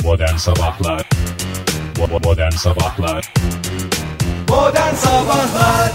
Modern Sabahlar. Modern Sabahlar. Modern Sabahlar.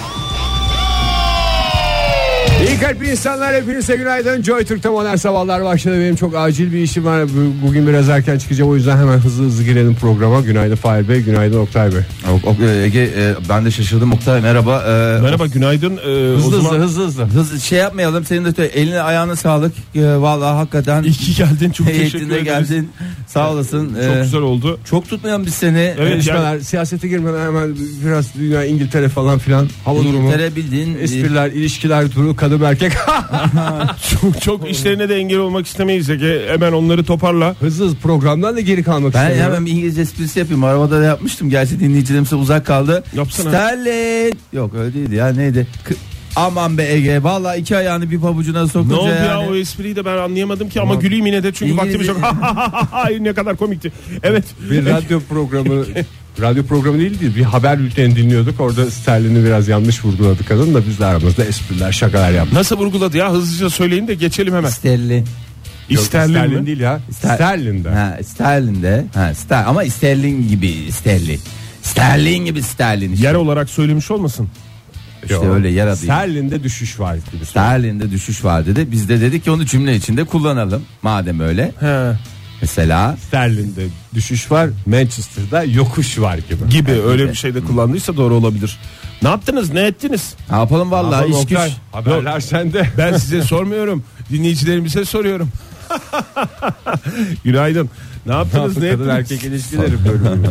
İyi kalpli insanlar, hepinize günaydın. Joy Türk'te Modern Sabahlar başladı. Benim çok acil bir işim var. Bugün biraz erken çıkacağım, o yüzden hemen hızlı girelim programa. Günaydın Fahir Bey, günaydın Oktay Bey. Ege, ben de şaşırdım Oktay, merhaba. Merhaba, günaydın. Hızlı şey yapmayalım, senin de eline ayağına sağlık. Vallahi hakikaten İyi ki geldin, çok teşekkür ederiz. Geldin, sağ olasın. Çok güzel oldu. Çok tutmayalım biz seni. Evet, yani, siyasete girmeden hemen biraz dünya, İngiltere falan filan, hava durumu, bildiğin espriler, ilişkiler duru, kadın erkek. çok işlerine de engel olmak istemeyiz Ege. Hemen onları toparla. Hızlı programdan da geri kalmak ben istemiyorum. hemen bir İngilizce esprisi yapayım. Arabada da yapmıştım. Gerçi dinleyicilerimize uzak kaldı. Yapsana. Sterling. Yok öyle değildi ya, neydi? Aman be Ege. Vallahi iki ayağını bir pabucuna sokunca. Ne oldu yani. ya, o espriyi de ben anlayamadım ki ama güleyim yine de çünkü vaktimiz yok. Hayır, ne kadar komikti. Evet. Bir radyo programı radyo programı değil, bir haber bülteni dinliyorduk. Orada Sterlin'i biraz yanlış vurguladı kadın da, biz de aramızda espriler, şakalar yaptık. Nasıl vurguladı ya, hızlıca söyleyin de geçelim hemen. Sterling. Sterling değil ya. Sterling'de. Ha, Sterling'de. Ha, ama Sterling gibi Sterling. Sterling gibi Sterling. Yer olarak söylemiş olmasın? İşte öyle yer adı. Sterling'de düşüş var gibi. Sterling'de düşüş var dedi. Biz de dedik ki onu cümle içinde kullanalım. Madem öyle. He. Mesela Sterling'de düşüş var, Manchester'da yokuş var gibi. Öyle bir şey de kullandıysa doğru olabilir. Ne yaptınız, ne ettiniz? ne yapalım vallahi, iş güç. Haberler sende. Ben size sormuyorum, dinleyicilerimize soruyorum. Günaydın. Ne yaptınız, ne Kadın ettiniz? erkek ilişkileri bölümü.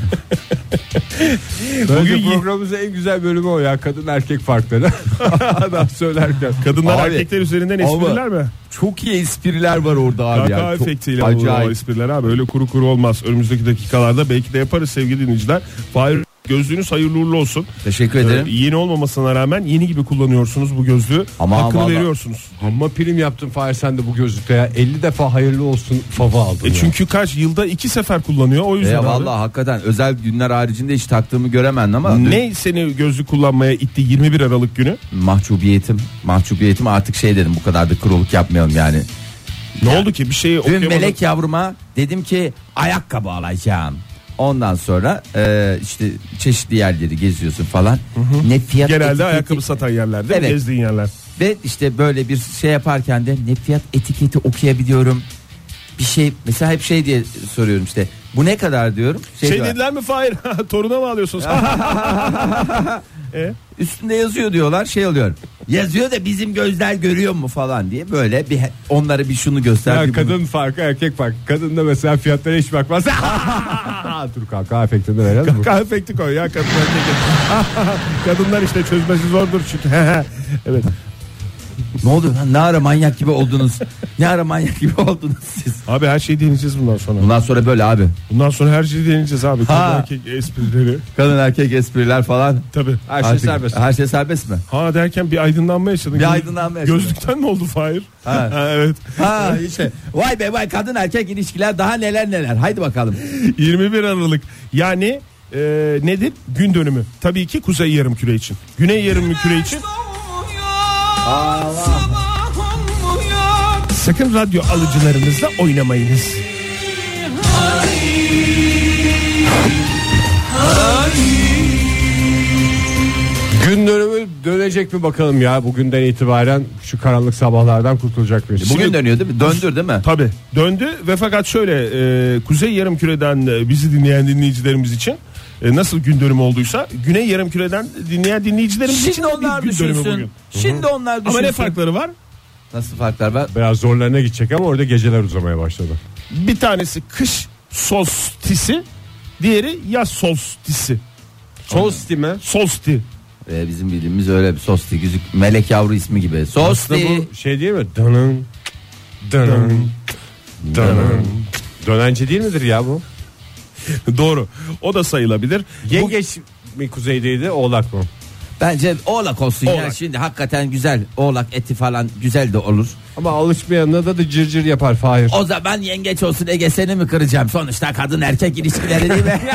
Bugün programımızın en güzel bölümü o ya, kadın erkek farkları. Adam söylerken. Kadınlar Abi, erkekler üzerinden espriler mi? Çok iyi espriler var orada abi. Kaka efektiyle o espriler abi, öyle kuru kuru olmaz. Önümüzdeki dakikalarda belki de yaparız sevgili dinleyiciler. Fahir, gözlüğünüz hayırlı uğurlu olsun. Teşekkür ederim. Yeni olmamasına rağmen yeni gibi kullanıyorsunuz bu gözlüğü. Ama hakkını vallahi veriyorsunuz. Ama prim yaptın Fahir sen de bu gözlükte ya. 50 defa hayırlı olsun fava aldın ya. Çünkü kaç yılda 2 sefer kullanıyor, o yüzden. Vallahi hakikaten özel günler haricinde hiç taktığımı göremem ama. Ne seni gözlük kullanmaya itti 21 Aralık günü? Mahcubiyetim artık şey dedim, bu kadar da kroluk yapmayalım yani. Ne oldu ki, bir şeyi Dün okuyamadım. melek yavruma dedim ki ayakkabı alacağım. Ondan sonra işte çeşitli yerleri geziyorsun falan. Ne fiyat Genelde etiketi, ayakkabı satan yerler değil mi? Evet. Gezdiğin yerler. ve işte böyle bir şey yaparken de ne fiyat etiketi okuyabiliyorum. Bir şey mesela hep şey diye soruyorum, işte bu ne kadar diyorum. Şey diyorlar, dediler mi Fahir? Toruna mı alıyorsunuz? üstünde yazıyor diyorlar, şey oluyor. Yazıyor da bizim gözler görüyor mu falan diye, böyle bir onlara bir şunu göster. Ya bir kadın bunu. farkı, erkek farkı. Kadın da mesela fiyatlara hiç bakmaz. Dur kahkaha efektini verelim mi? Kahve efekti koy ya kadın erkek. Kadınlar işte çözmesi zordur çünkü. Evet. Ne oldu lan, ne ara manyak gibi oldunuz? Ne ara manyak gibi oldunuz siz? Abi her şeyi deneyeceğiz bundan sonra. Bundan sonra böyle abi. Bundan sonra her şeyi deneyeceğiz abi. Kadın erkek esprileri. Kadın erkek espriler falan. Tabii. Her şey serbest. Her şey serbest mi? Ha derken bir aydınlanma yaşadın. Bir aydınlanma yaşadım. Gözlükten mi oldu Fahir? Ha. Evet. Ha işte. Vay be vay, kadın erkek ilişkiler daha neler. Haydi bakalım. 21 Aralık yani nedir? Gün dönümü. Tabii ki Kuzey Yarımküre için. Güney Yarımküre için. Sakın radyo alıcılarınızla oynamayınız. Gün dönümü dönecek mi bakalım ya, bugünden itibaren şu karanlık sabahlardan kurtulacak mıyız? Bugün dönüyor değil mi? Döndür değil mi? Tabii döndü ve fakat şöyle Kuzey Yarımküre'den bizi dinleyen dinleyicilerimiz için nasıl gün dönümü olduysa Güney Yarımküre'den dinleyen dinleyicilerimiz için Şimdi de onlar bir gün dönümü düşünsün. bugün. Şimdi onlar düşünsün. Ama ne farkları var? Nasıl farklar var? Biraz zorlarına gidecek ama orada geceler uzamaya başladı. Bir tanesi kış solstisi, diğeri yaz solstisi. Solsti mi? Solsti. Bizim bildiğimiz öyle bir sosti, güzük melek yavru ismi gibi. Aslında Sosti. bu şey değil mi? Dönün. Dönence değil midir ya bu? Doğru. O da sayılabilir. Yengeç mi kuzeydeydi, oğlak mı? Bence oğlak olsun ya, Oğlak. şimdi hakikaten güzel. Oğlak eti falan güzel de olur. Ama alışmayanına da cırcır yapar Fahir. O zaman yengeç olsun Ege, seni mi kıracağım? Sonuçta kadın erkek ilişkileri değil mi?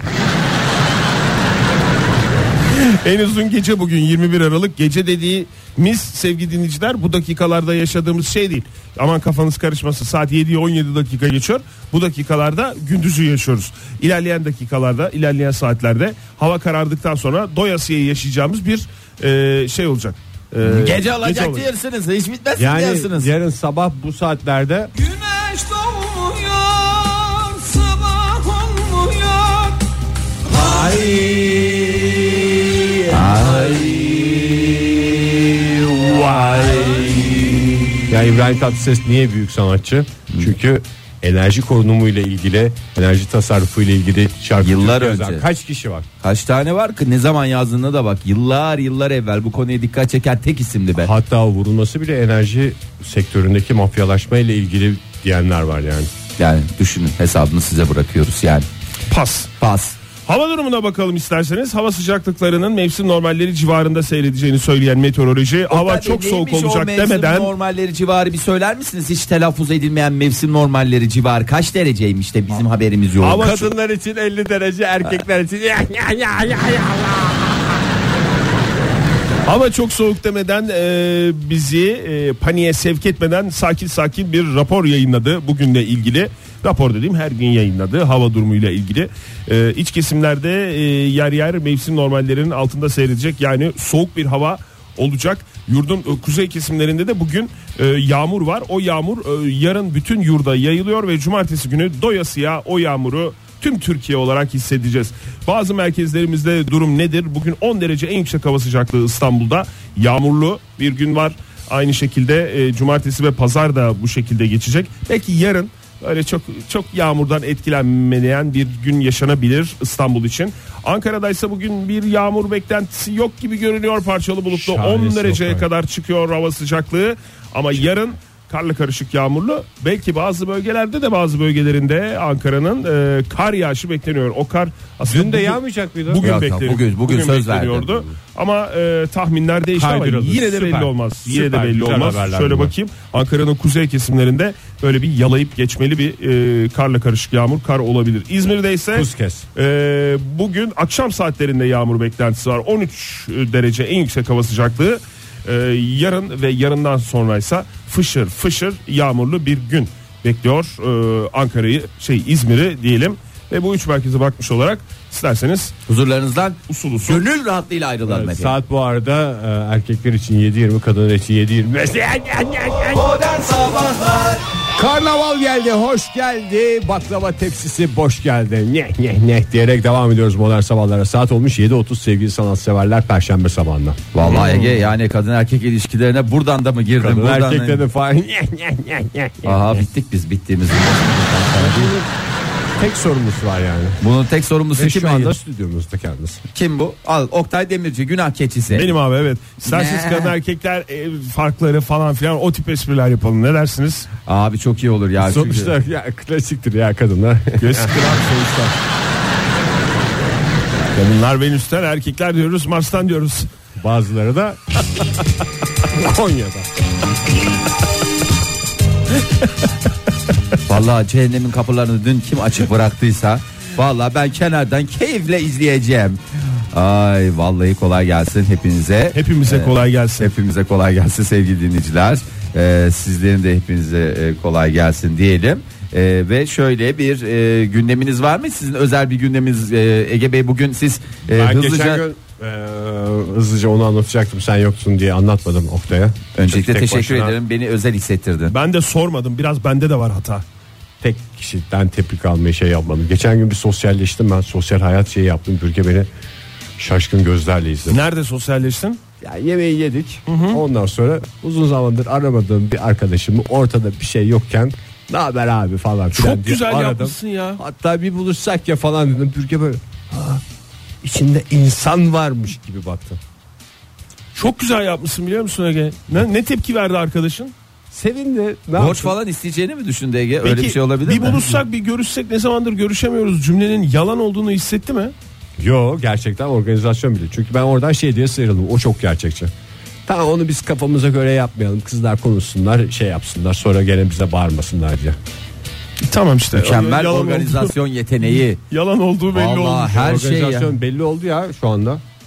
En uzun gece bugün 21 Aralık. Gece dediği Mis sevgili dinleyiciler, bu dakikalarda yaşadığımız şey değil. Aman kafanız karışmasın, saat 7'ye 17 dakika geçiyor. Bu dakikalarda gündüzü yaşıyoruz. İlerleyen dakikalarda, ilerleyen saatlerde hava karardıktan sonra doyasıya yaşayacağımız bir şey olacak. Gece olacak diyorsunuz, hiç bitmez Yani diyorsunuz. yarın sabah bu saatlerde Güneş doğmuyor, sabah olmuyor. ya İbrahim Tatlıses niye büyük sanatçı? Çünkü enerji korunumuyla ilgili, enerji tasarrufu ile ilgili şarkı Yıllar yazan önce. kaç kişi var? Kaç tane var ki, ne zaman yazdığına da bak. Yıllar evvel bu konuya dikkat çeken tek isimdi be. Hatta vurulması bile enerji sektöründeki mafyalaşma ile ilgili diyenler var yani. Yani düşünün, hesabını size bırakıyoruz yani. Pas. Hava durumuna bakalım isterseniz. Hava sıcaklıklarının mevsim normalleri civarında seyredeceğini söyleyen meteoroloji, hava çok soğuk olacak demeden. Mevsim normalleri civarı bir söyler misiniz? Hiç telaffuz edilmeyen mevsim normalleri civarı kaç dereceymiş de bizim haberimiz yok. Ama kadınlar için 50 derece, erkekler için hava çok soğuk demeden bizi paniğe sevk etmeden sakin bir rapor yayınladı bugünle ilgili. Rapor dediğim her gün yayınladığı hava durumuyla ilgili. İç kesimlerde yer mevsim normallerinin altında seyredecek, yani soğuk bir hava olacak. Yurdun kuzey kesimlerinde de bugün yağmur var. O yağmur yarın bütün yurda yayılıyor ve cumartesi günü doyasıya o yağmuru tüm Türkiye olarak hissedeceğiz. Bazı merkezlerimizde durum nedir? Bugün 10 derece en yüksek hava sıcaklığı İstanbul'da. Yağmurlu bir gün var. Aynı şekilde cumartesi ve pazar da bu şekilde geçecek. Belki yarın öyle çok yağmurdan etkilenmeyen bir gün yaşanabilir İstanbul için. Ankara'da ise bugün bir yağmur beklentisi yok gibi görünüyor. Parçalı bulutlu, 10 dereceye kadar çıkıyor hava sıcaklığı. Ama yarın karla karışık yağmurlu. Belki bazı bölgelerde de, bazı bölgelerinde Ankara'nın kar yağışı bekleniyor. O kar aslında dün de yağmayacak mıydı? Bugün Yok, bekleniyor. bugün söz bekleniyordu. verdi. Ama tahminler değişti ama yine de belli olmaz. Yine de belli olmaz. Şöyle bakayım. Ankara'nın kuzey kesimlerinde böyle bir yalayıp geçmeli bir karla karışık yağmur, kar olabilir. İzmir'de ise bugün akşam saatlerinde yağmur beklentisi var. 13 derece en yüksek hava sıcaklığı. Yarın ve yarından sonraysa fışır yağmurlu bir gün bekliyor Ankara'yı, İzmir'i diyelim. Ve bu üç merkeze bakmış olarak isterseniz huzurlarınızdan usul gönül rahatlığıyla ayrılalım. Evet, saat bu arada erkekler için 7.20, kadınlar için 7.20. Modern Sabahlar. Karnaval geldi, hoş geldi. Baklava tepsisi boş geldi. Ne diyerek devam ediyoruz modern sabahlara. Saat olmuş 7.30 sevgili sanatseverler, perşembe sabahında. Vallahi Ege, yani kadın erkek ilişkilerine buradan da mı girdin? Kadın erkekle de falan. Aha, bittiğimiz. Tek sorumlusu var yani. Bunun tek sorumlusu Ve kim? şu anda stüdyomuzda kendisi. Kim bu? Al, Oktay Demirci, günah keçisi. Benim abi, evet. İsterseniz kadın erkekler farkları falan filan, o tip espriler yapalım. Ne dersiniz? Abi çok iyi olur ya. Sonuçta ya, klasiktir ya kadınlar. Göz kıran sonuçta. Kadınlar Venüs'ten, erkekler diyoruz Mars'tan diyoruz. Bazıları da Konya'da. Vallahi cehennemin kapılarını dün kim açık bıraktıysa, vallahi ben kenardan keyifle izleyeceğim. Ay vallahi kolay gelsin hepinize. Hepimize kolay gelsin. Hepimize kolay gelsin sevgili dinleyiciler. Sizlerin de hepinize kolay gelsin diyelim. Ve şöyle bir gündeminiz var mı? Sizin özel bir gündeminiz Ege Bey, bugün siz Ben hızlıca... geçen gün hızlıca onu anlatacaktım, sen yoktun diye anlatmadım Oktay'a. Öncelikle Tek teşekkür başına ederim, beni özel hissettirdin. Ben de sormadım, biraz bende de var hata. Tek kişiden tepki almayı yapmadım. Geçen gün bir sosyalleştim, ben sosyal hayat yaptım. Türkiye beni şaşkın gözlerle izledi. Nerede sosyalleştin? Ya yemeği yedik. Ondan sonra uzun zamandır aramadığım bir arkadaşımı ortada bir şey yokken ne haber abi falan filan Çok diye güzel aradım. yapmışsın ya. Hatta bir buluşsak ya falan dedim. Türkiye böyle içinde insan varmış gibi baktı. Çok güzel yapmışsın, biliyor musun Ege? Ne tepki verdi arkadaşın? Sevindi. Borç falan isteyeceğini mi düşündü Ege? Öyle Peki, bir şey olabilir mi? bir buluşsak, bir görüşsek, ne zamandır görüşemiyoruz cümlenin yalan olduğunu hissetti mi? Yo, gerçekten organizasyon bile. Çünkü ben oradan diye sıyrıldım. O çok gerçekçi. Tamam, onu biz kafamıza göre yapmayalım. Kızlar konuşsunlar, yapsınlar, sonra gene bize bağırmasınlar diye. Tamam işte. Mükemmel Yalan organizasyon yeteneği. Yalan olduğu belli oldu. Vallahi her şey ya. Organizasyon belli oldu ya şu anda.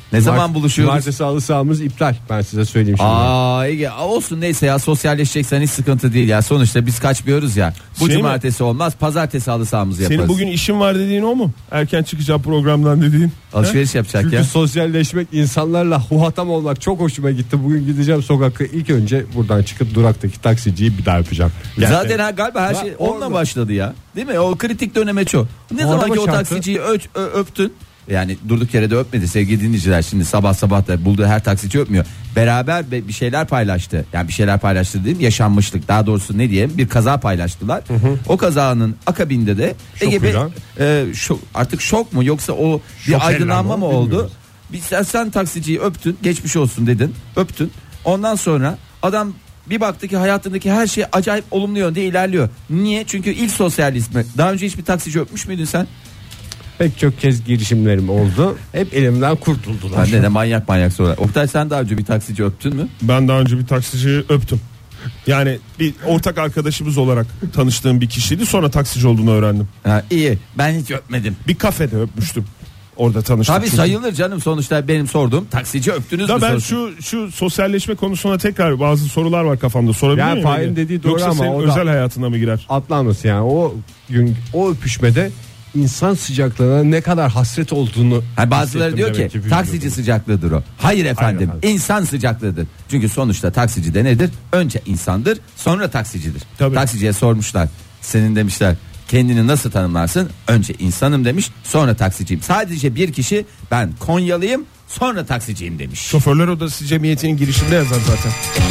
Ne zaman buluşuyoruz? Cumartesi halı sahamız iptal. Ben size söyleyeyim şimdi. Ege olsun neyse ya, sosyalleşeceksen hiç sıkıntı değil ya. Sonuçta biz kaçmıyoruz ya. Bu cumartesi olmaz, pazartesi halı sahamızı yaparız. Senin bugün işin var dediğin o mu? Erken çıkacağım programdan dediğin. Alışveriş yapacak Çünkü ya. sosyalleşmek, insanlarla huhatam olmak çok hoşuma gitti. Bugün gideceğim sokakta, ilk önce buradan çıkıp duraktaki taksiciyi bir daha öpeceğim. Zaten galiba her şey onunla başladı ya. Değil mi? O kritik döneme çok. Ne zaman ki o taksiciyi öptün. Yani durduk yere de öpmedi sevgili dinleyiciler. Şimdi sabah sabah da bulduğu her taksici öpmüyor. Beraber bir şeyler paylaştı. Yani bir şeyler paylaştı dediğim yaşanmışlık. Daha doğrusu ne diyeyim, bir kaza paylaştılar. O kazanın akabinde de artık şok mu yoksa o bir aydınlanma mı oldu? Sen taksiciyi öptün, geçmiş olsun dedin, öptün. Ondan sonra adam bir baktı ki hayatındaki her şey acayip olumlu yönde ilerliyor. Niye? Çünkü ilk sosyalizmi. Daha önce hiçbir taksici öpmüş müydün sen? Pek çok kez girişimlerim oldu. Hep elimden kurtuldular. Ben de manyak sonra. Oktay, sen daha önce bir taksici öptün mü? Ben daha önce bir taksiciyi öptüm. Yani bir ortak arkadaşımız olarak tanıştığım bir kişiydi. Sonra taksici olduğunu öğrendim. Ha, iyi. Ben hiç öpmedim. Bir kafede öpmüştüm. Orada tanıştık. Tabii sayılır canım, sonuçta benim sorduğum taksici öptünüz mü? Ben şu sosyalleşme konusuna tekrar bazı sorular var kafamda, sorabilir miyim? Fahir'in dediği doğru. Yoksa ama senin özel hayatına mı girer? Atlanması yani o gün o öpüşmede insan sıcaklığına ne kadar hasret olduğunu bazıları diyor ki taksici sıcaklığıdır o. Hayır efendim, insan sıcaklığıdır. Çünkü sonuçta taksici de nedir? Önce insandır, sonra taksicidir. Tabii. Taksiciye sormuşlar, senin demişler kendini nasıl tanımlarsın? Önce insanım demiş, sonra taksiciyim. Sadece bir kişi, ben Konyalıyım, sonra taksiciyim demiş. Şoförler Odası Cemiyeti'nin girişinde yazar zaten.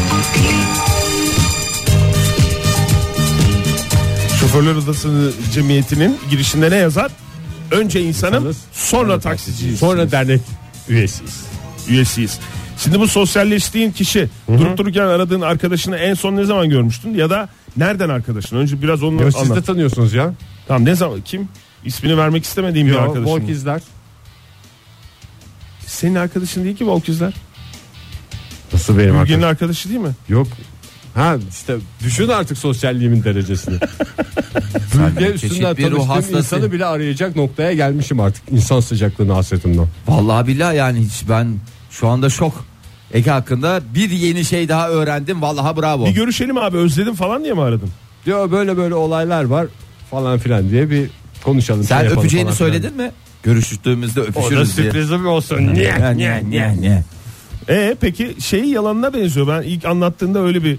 Şoförler Odası Cemiyeti'nin girişinde ne yazar? Önce insanım, sonra taksiciyiz. Sonra dernek üyesiyiz. Şimdi bu sosyalleştiğin kişi, durup dururken aradığın arkadaşını en son ne zaman görmüştün? Ya da nereden arkadaşın? Önce biraz onu anlat. Siz de tanıyorsunuz ya. Tamam, ne zaman, kim? İsmini vermek istemediğim bir arkadaşım. Volkizler. Senin arkadaşın değil ki Volkizler. Nasıl benim Bürgen'in arkadaşı değil mi? Yok. Ha işte düşün artık sosyalliğimin derecesini. Bölge üstünden tanıştığım insanı bile arayacak noktaya gelmişim artık. İnsan sıcaklığına hasretimden. Vallahi billahi yani hiç, ben şu anda şok. Ege hakkında bir yeni şey daha öğrendim. Vallahi bravo. Bir görüşelim abi, özledim falan diye mi aradın? Diyor böyle olaylar var falan filan diye bir konuşalım. Sen öpeceğini söyledin mi? Görüştüğümüzde öpüşürüz diye. O da sürprizim olsun. Ne. Peki yalanına benziyor. Ben ilk anlattığında öyle bir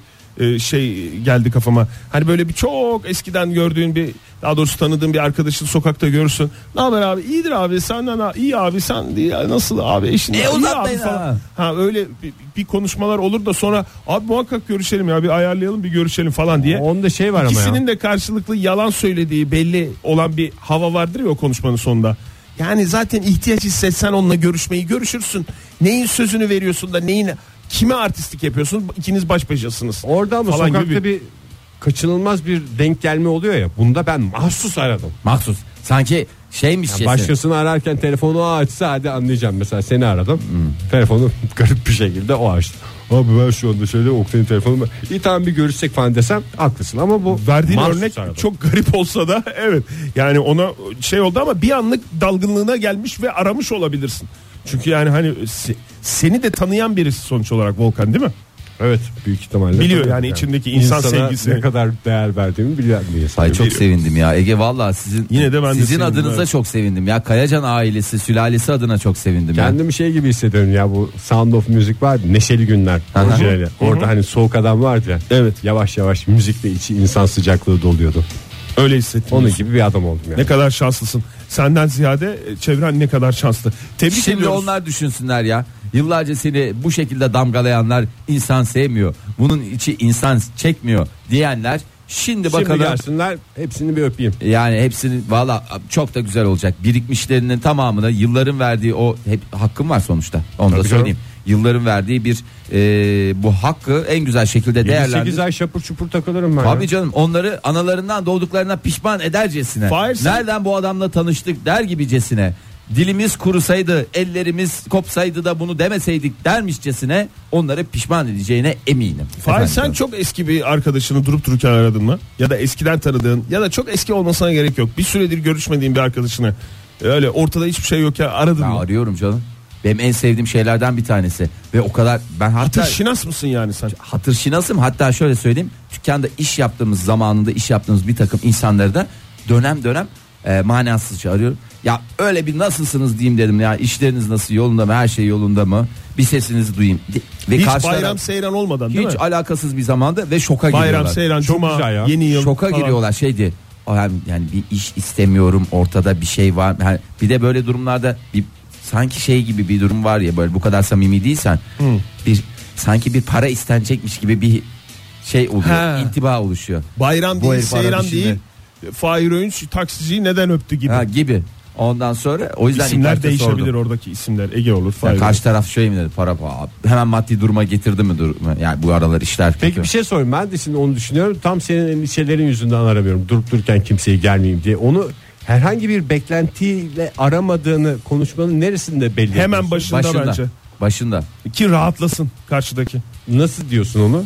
şey geldi kafama. Hani böyle bir çok eskiden gördüğün bir, daha doğrusu tanıdığın bir arkadaşın sokakta görürsün. Ne haber abi? İyidir abi. Senden iyi abi, sen diye nasıl abi, eşin iyi abi falan. Ha öyle bir konuşmalar olur da sonra abi muhakkak görüşelim ya, bir ayarlayalım, bir görüşelim falan diye. Onda şey var ama ya. İkisinin de karşılıklı yalan söylediği belli olan bir hava vardır ya o konuşmanın sonunda. Yani zaten ihtiyaç hissetsen onunla görüşürsün. Neyin sözünü veriyorsun da kime artistlik yapıyorsun? İkiniz baş başasınız. Orada ama sokakta bir kaçınılmaz bir denk gelme oluyor ya. Bunda ben mahsus aradım. Mahsus. Sanki şeymiş. Yani başkasını ararken telefonu açsa hadi anlayacağım. Mesela seni aradım. Telefonu garip bir şekilde o açtı. Abi ben şu anda şöyle Oktay'ın telefonu. İyi tamam bir görüşsek falan desem haklısın ama bu verdiğin örnek aradım. Çok garip olsa da evet. Yani ona şey oldu ama bir anlık dalgınlığına gelmiş ve aramış olabilirsin. Çünkü yani hani seni de tanıyan birisi sonuç olarak Volkan, değil mi? Evet, büyük ihtimalle. Biliyor yani içindeki insan sevgisi. Ne kadar değer verdiğimi bilen bir insan. Ay çok sevindim ya Ege, vallahi sizin adınıza evet. Çok sevindim ya. Kayacan ailesi, sülalesi adına çok sevindim. Kendimi şey gibi hissediyorum ya, bu Sound of Music var, Neşeli Günler. Orada hani soğuk adam vardı ya. Evet. Yavaş yavaş müzikle içi insan sıcaklığı doluyordu. Öyle hissettim. Onun gibi bir adam oldum yani. Ne kadar şanslısın. Senden ziyade çevren ne kadar şanslı. Tebrik Şimdi ediyoruz. onlar düşünsünler ya. Yıllarca seni bu şekilde damgalayanlar, insan sevmiyor, bunun içi insan çekmiyor diyenler şimdi bakalım. Şimdi gelsinler, hepsini bir öpeyim. Yani hepsini valla çok da güzel olacak. Birikmişlerinin tamamını, yılların verdiği o hep hakkım var sonuçta. Onu da söyleyeyim. Yılların verdiği bir bu hakkı en güzel şekilde değerlendir. 8 ay şapur çupur takılırım ben. Tabii canım, onları analarından doğduklarına pişman edercesine. Nereden bu adamla tanıştık der gibicesine. Dilimiz kurusaydı, ellerimiz kopsaydı da bunu demeseydik dermişçesine onları pişman edeceğine eminim. Fahir, sen çok eski bir arkadaşını durup dururken aradın mı? Ya da eskiden tanıdığın ya da çok eski olmasına gerek yok. Bir süredir görüşmediğin bir arkadaşını öyle ortada hiçbir şey yokken aradın mı? Arıyorum canım. Benim en sevdiğim şeylerden bir tanesi. Ve o kadar ben hatta Hatırşinas mısın yani sen? hatırşinasım. Hatta şöyle söyleyeyim. Dükkanda iş yaptığımız zamanında iş yaptığımız bir takım insanları da dönem dönem manasızca arıyorum. Ya öyle bir nasılsınız diyeyim dedim ya, işleriniz nasıl, yolunda mı, her şey yolunda mı, bir sesinizi duyayım. Ve Hiç karşı bayram taraf seyran olmadan değil hiç mi? alakasız bir zamanda ve şoka Bayram giriyorlar. seyran, Çok cuma, güzel ya. yeni yıl Şoka falan. giriyorlar şey diye. Yani bir iş istemiyorum, ortada bir şey var. Yani bir de böyle durumlarda bir sanki şey gibi bir durum var ya, böyle bu kadar samimi değilsen bir sanki bir para istenecekmiş gibi bir şey oluyor. He. İntiba oluşuyor. Bayram Bu değil, herif seyran aradı şimdi. değil. Fahir Öğünç taksiciyi neden öptü gibi. Ha, gibi. Ondan sonra o yüzden İsimler internette değişebilir sordum. oradaki isimler. Ege olur, Fahir Yani olur. karşı taraf şey mi dedi, para hemen maddi duruma getirdi mi durumu? Yani bu aralar işler kötü. Peki bir şey sorayım, ben de şimdi onu düşünüyorum. Tam senin endişelerin yüzünden aramıyorum. Durup dururken kimseyi gelmeyeyim diye. Onu herhangi bir beklentiyle aramadığını konuşmanın neresinde belli Hemen ediyorsun? başında bence. Başında. Ki rahatlasın karşıdaki. Nasıl diyorsun onu?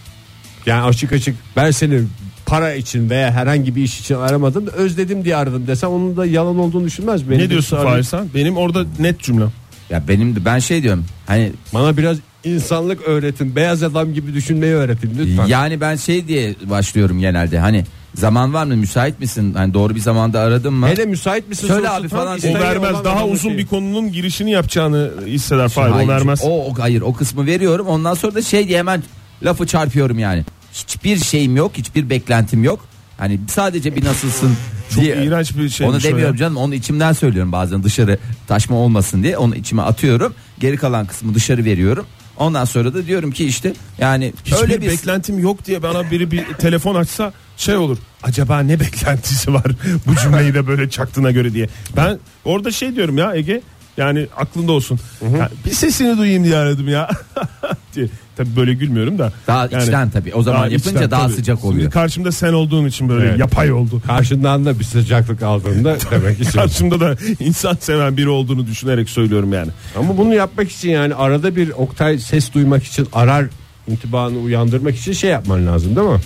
Yani açık açık ben seni para için veya herhangi bir iş için aramadım, özledim diye aradım desem onun da yalan olduğunu düşünmez mi? Ne diyorsun Fahir sen? Benim orada net cümlem. Ya benim de ben şey diyorum. Hani Bana biraz insanlık öğretin, beyaz adam gibi düşünmeyi öğretin lütfen. yani ben şey diye başlıyorum genelde. Hani zaman var mı, müsait misin? Hani doğru bir zamanda aradım mı? Hele müsait misin? Söyle sorusu abi tam falan O İsteyen isteği vermez. olan Daha adamın uzun şeyi. bir konunun girişini yapacağını hisseder Fahir. Hayır, O vermez. hayır o kısmı veriyorum. Ondan sonra da şey diye hemen lafı çarpıyorum yani. Hiçbir şeyim yok, hiçbir beklentim yok. Hani sadece bir nasılsın Çok diye. iğrenç bir şey. Onu demiyorum canım, onu içimden söylüyorum, bazen dışarı taşma olmasın diye onu içime atıyorum. Geri kalan kısmı dışarı veriyorum. Ondan sonra da diyorum ki işte yani Hiçbir öyle bir beklentim yok diye bana biri bir telefon açsa şey olur. Acaba ne beklentisi var bu cümleyi de böyle çaktığına göre diye. Ben orada şey diyorum ya Ege. Yani aklında olsun. Ya, bir sesini duyayım diye aradım ya. diye. Tabii böyle gülmüyorum da. daha Yani, içten tabii. O zaman yapınca içten, daha tabii. sıcak oluyor. Şimdi karşımda sen olduğun için böyle Evet. yapay oldu. Karşından da bir sıcaklık aldığında demek ki. Karşımda da insan seven biri olduğunu düşünerek söylüyorum yani. Ama bunu yapmak için yani arada bir Oktay ses duymak için arar intibanı uyandırmak için şey yapman lazım değil mi?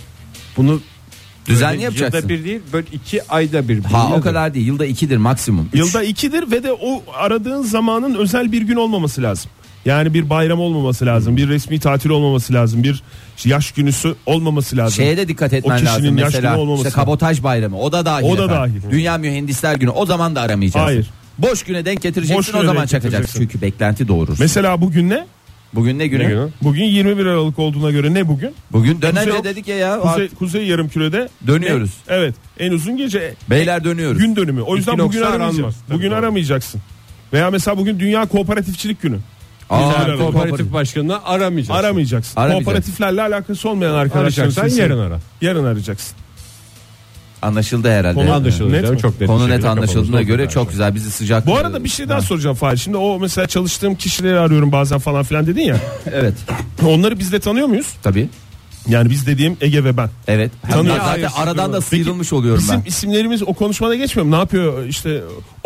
Bunu Düzenli böyle yapacaksın. Yılda bir değil, böyle 2 ayda bir. Ha o Yılda kadar değil. Yılda 2'dir maksimum. Yılda 2'dir ve de o aradığın zamanın özel bir gün olmaması lazım. Yani bir bayram olmaması lazım, bir resmi tatil olmaması lazım, bir yaş günüsü olmaması lazım. Şeye de dikkat O etmen kişinin lazım yaş mesela. günü olmaması İşte kabotaj bayramı o da dahil. O da efendim. dahil. Dünya Mühendisler Günü o zaman da aramayacaksın. Hayır. Boş güne denk getireceksin, Boş güne o zaman denk çakacaksın. getireceksin. Çünkü beklenti doğurur. Mesela bugün ne? Bugün ne günü? Ne günü? Bugün 21 Aralık olduğuna göre ne bugün? Bugün dönerce Kuzey- dedik ya. Kuzey Yarımküre'de Dönüyoruz. ne? Evet. En uzun gece. Beyler dönüyoruz. Gün dönümü. O yüzden İki bugün nokta aramayacaksın. aranmaz. Tabii Bugün doğru. aramayacaksın. Veya mesela bugün Dünya Kooperatifçilik Günü. Aa, kooperatif başkanına aramayacaksın. Aramayacaksın. Aramayacaksın. Kooperatiflerle alakası olmayan arkadaşlar. Arayacaksan yarın ara. Yarın arayacaksın. Anlaşıldı herhalde. Konu Anlaşıldı. Net canım, mi? çok net Konu bir net şekilde anlaşıldığına kafamızda göre oturdu çok her güzel, bizi sıcak. Bu arada bir şey daha soracağım Fahir. Şimdi o mesela çalıştığım kişileri arıyorum bazen falan filan dedin ya. Evet. Onları biz de tanıyor muyuz? Tabii. Yani biz dediğim Ege ve ben. Evet. Tanıyor. Zaten Hayır, aradan da Peki, sıyrılmış oluyorum Bizim ben. isimlerimiz o konuşmada geçmiyor mu? Ne yapıyor işte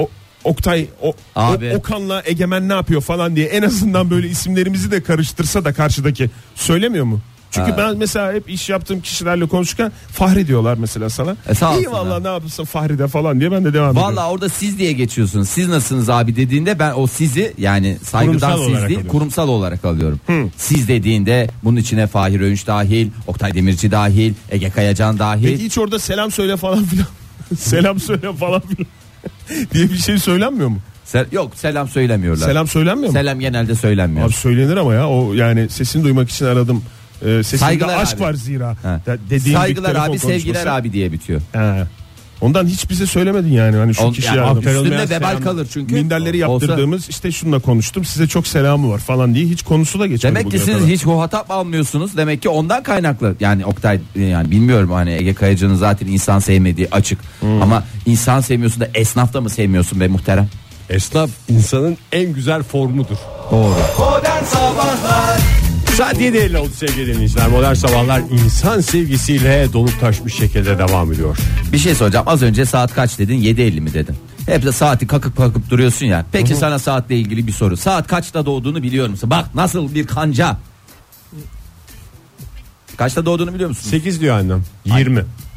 Oktay, Abi. Okan'la Egemen ne yapıyor falan diye en azından böyle isimlerimizi de karıştırsa da karşıdaki söylemiyor mu? Çünkü Ha. ben mesela hep iş yaptığım kişilerle konuşurken Fahri diyorlar mesela sana. Sağ İyi olsunlar. valla ne yapıyorsun Fahri de falan diye ben de devam ediyorum. Valla orada siz diye geçiyorsunuz. Siz nasılsınız abi dediğinde ben o sizi yani saygıdan Kurumsal siz olarak değil alıyorum. kurumsal olarak alıyorum. Siz dediğinde bunun içine Fahir Öğünç dahil, Oktay Demirci dahil, Ege Kayacan dahil. Peki hiç orada selam söyle falan filan. Selam söyle falan filan diye bir şey söylenmiyor mu? Yok selam söylemiyorlar. Selam söylenmiyor mu? Selam genelde söylenmiyor. Abi söylenir ama ya o yani sesini duymak için aradım. Sesinde Saygılar aşk abi. var zira. Ha. Dediğin bir Saygılar telefon abi, sevgiler konuşması. abi diye bitiyor. He. Ondan hiç bize söylemedin yani hani şu kişiye Yani aradım. üstünde Aktarılmayan vebal selam. kalır çünkü. Minderleri Olsa- yaptırdığımız işte şununla konuştum size çok selamı var falan diye hiç konusu da geçmedi. Demek ki bugüne siz kadar. hiç muhatap almıyorsunuz. Demek ki ondan kaynaklı. Yani Oktay yani bilmiyorum hani Ege Kayacan'ın zaten insan sevmediği açık. Ama insan sevmiyorsun da esnaf da mı sevmiyorsun be muhterem? Esnaf insanın en güzel formudur. Doğru. Modern Sabahlar Saat 7.50 oldu sevgili dinleyiciler. Modern Sabahlar insan sevgisiyle dolup taşmış şekilde devam ediyor. Bir şey soracağım. Az önce saat kaç dedin? 7.50 mi dedin? Hep de saati kakıp duruyorsun ya. Peki sana saatle ilgili bir soru. Saat kaçta doğduğunu biliyor musun? Bak nasıl bir kanca. Kaçta doğduğunu biliyor musun? 8 diyor annem. 20.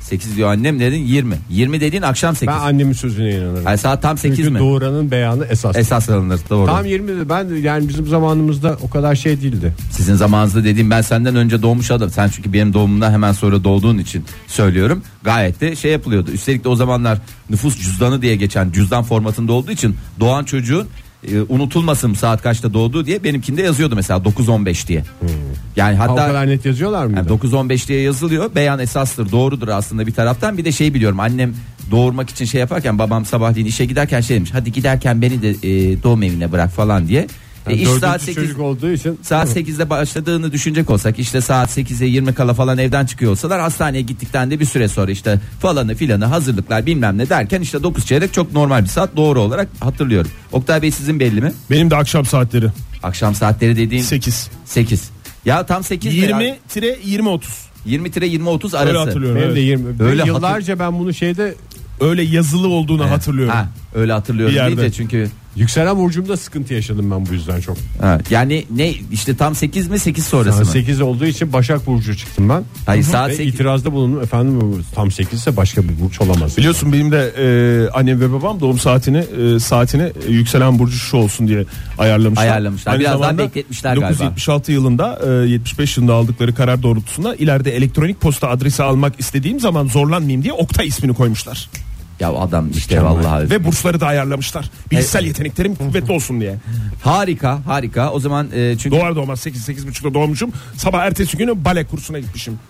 8 diyor annem dedin 20. 20 dediğin akşam 8. Ben annemin sözüne inanırım. Yani saat tam 8 Çünkü mi? doğuranın beyanı esas. Esas alınır doğru. Tam 20'de ben yani bizim zamanımızda o kadar şey değildi. Sizin zamanınızda dediğim ben senden önce doğmuş adam. Sen çünkü benim doğumumdan hemen sonra doğduğun için söylüyorum. Gayet de şey yapılıyordu. Üstelik de o zamanlar nüfus cüzdanı diye geçen cüzdan formatında olduğu için doğan çocuğun unutulmasın saat kaçta doğduğu diye benimkinde yazıyordu mesela 9-15 diye. Yani hatta o kadar net yazıyorlar mı? Yani 9-15 diye yazılıyor. Beyan esastır, doğrudur aslında bir taraftan. Bir de şey biliyorum, annem doğurmak için şey yaparken babam sabahleyin işe giderken şey demiş. Hadi giderken beni de doğum evine bırak falan diye. Yani İş saat 8 çocuk olduğu için saat 8'de başladığını düşünecek olsak işte saat 8'e 20 kala falan evden çıkıyor olsalar hastaneye gittikten de bir süre sonra işte falanı filanı hazırlıklar bilmem ne derken işte 9 çeyrek çok normal bir saat doğru olarak hatırlıyorum. Oktay Bey sizin belli mi? Benim de akşam saatleri. Akşam saatleri dediğin 8. Ya tam 8 20-20-30. 20-20-30 arası. Öyle hatırlıyorum. benim Evet. de 20. Öyle Yıllarca ben bunu şeyde Öyle yazılı olduğunu hatırlıyorum. Ha, öyle hatırlıyorum Bir yerde. deyince çünkü yükselen burcumda sıkıntı yaşadım ben bu yüzden çok. ha, yani ne işte tam 8 mi 8 sonrası Saat mı? 8 olduğu için Başak Burcu çıktım ben. Hayır, saat Ve 8. itirazda bulundum efendim bu tam 8 ise başka bir burç olamaz. Biliyorsun benim de annem ve babam doğum saatini yükselen burcu şu olsun diye ayarlamışlar. Aynı Biraz daha zamanda bekletmişler galiba. 1976 yılında 75 yılında aldıkları karar doğrultusunda ileride elektronik posta adresi almak istediğim zaman zorlanmayayım diye Oktay ismini koymuşlar. Ya adam işte vallahi. Ve bursları da ayarlamışlar. Bilişsel yeteneklerim kuvvetli olsun diye. Harika. O zaman çünkü Doğar doğmaz 8-8.30'da doğmuşum. Sabah ertesi günü bale kursuna gitmişim.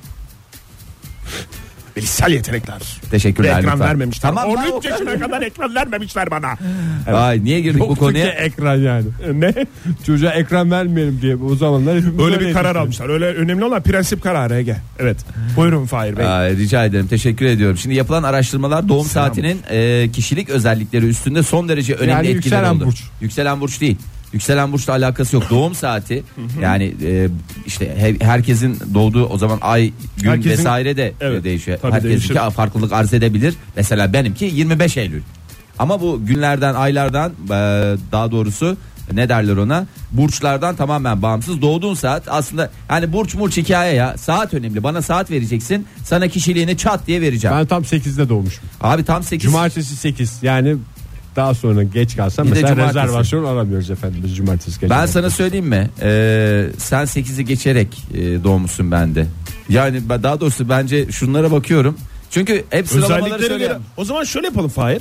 Bilişsel yetenekler. Teşekkürler Ve ekran lütfen. vermemişler. Tamam, 13 yaşına kadar ekran vermemişler bana. Ay niye girdik bu Yoktu konuya? ki ekran yani. Ne? Çocuğa ekran vermeyelim diye o zamanlar hepimiz Öyle bir öyleydik. karar almışlar. Öyle önemli olan prensip kararı Ege. Evet. Buyurun Fahir Bey. Ay, rica ederim, teşekkür ediyorum. Şimdi yapılan araştırmalar doğum saatinin kişilik özellikleri üstünde son derece önemli Yani etkiler yükselen oldu. burç. Yükselen burç değil. Yükselen burçla alakası yok. Doğum saati yani işte herkesin doğduğu o zaman ay, gün Herkesin- vesaire de Evet, değişiyor. tabii Herkesinki değişir. farklılık arz edebilir. Mesela benimki 25 Eylül. Ama bu günlerden, aylardan daha doğrusu ne derler ona? Burçlardan tamamen bağımsız. Doğduğun saat aslında hani burç hikaye ya. Saat önemli. Bana saat vereceksin. Sana kişiliğini çat diye vereceğim. Ben tam 8'de doğmuşum. Abi tam 8. Cumartesi 8 yani daha sonra geç kalsam Bir de mesela cumartesi. rezervasyon aramıyoruz efendim biz cumartesi gece. Ben sana söyleyeyim mi? Sen 8'i geçerek doğmuşsun bende. Yani daha doğrusu bence şunlara bakıyorum. Çünkü hep sıralamaları Özelliklere göre. söylüyorum. O zaman şöyle yapalım Fahir.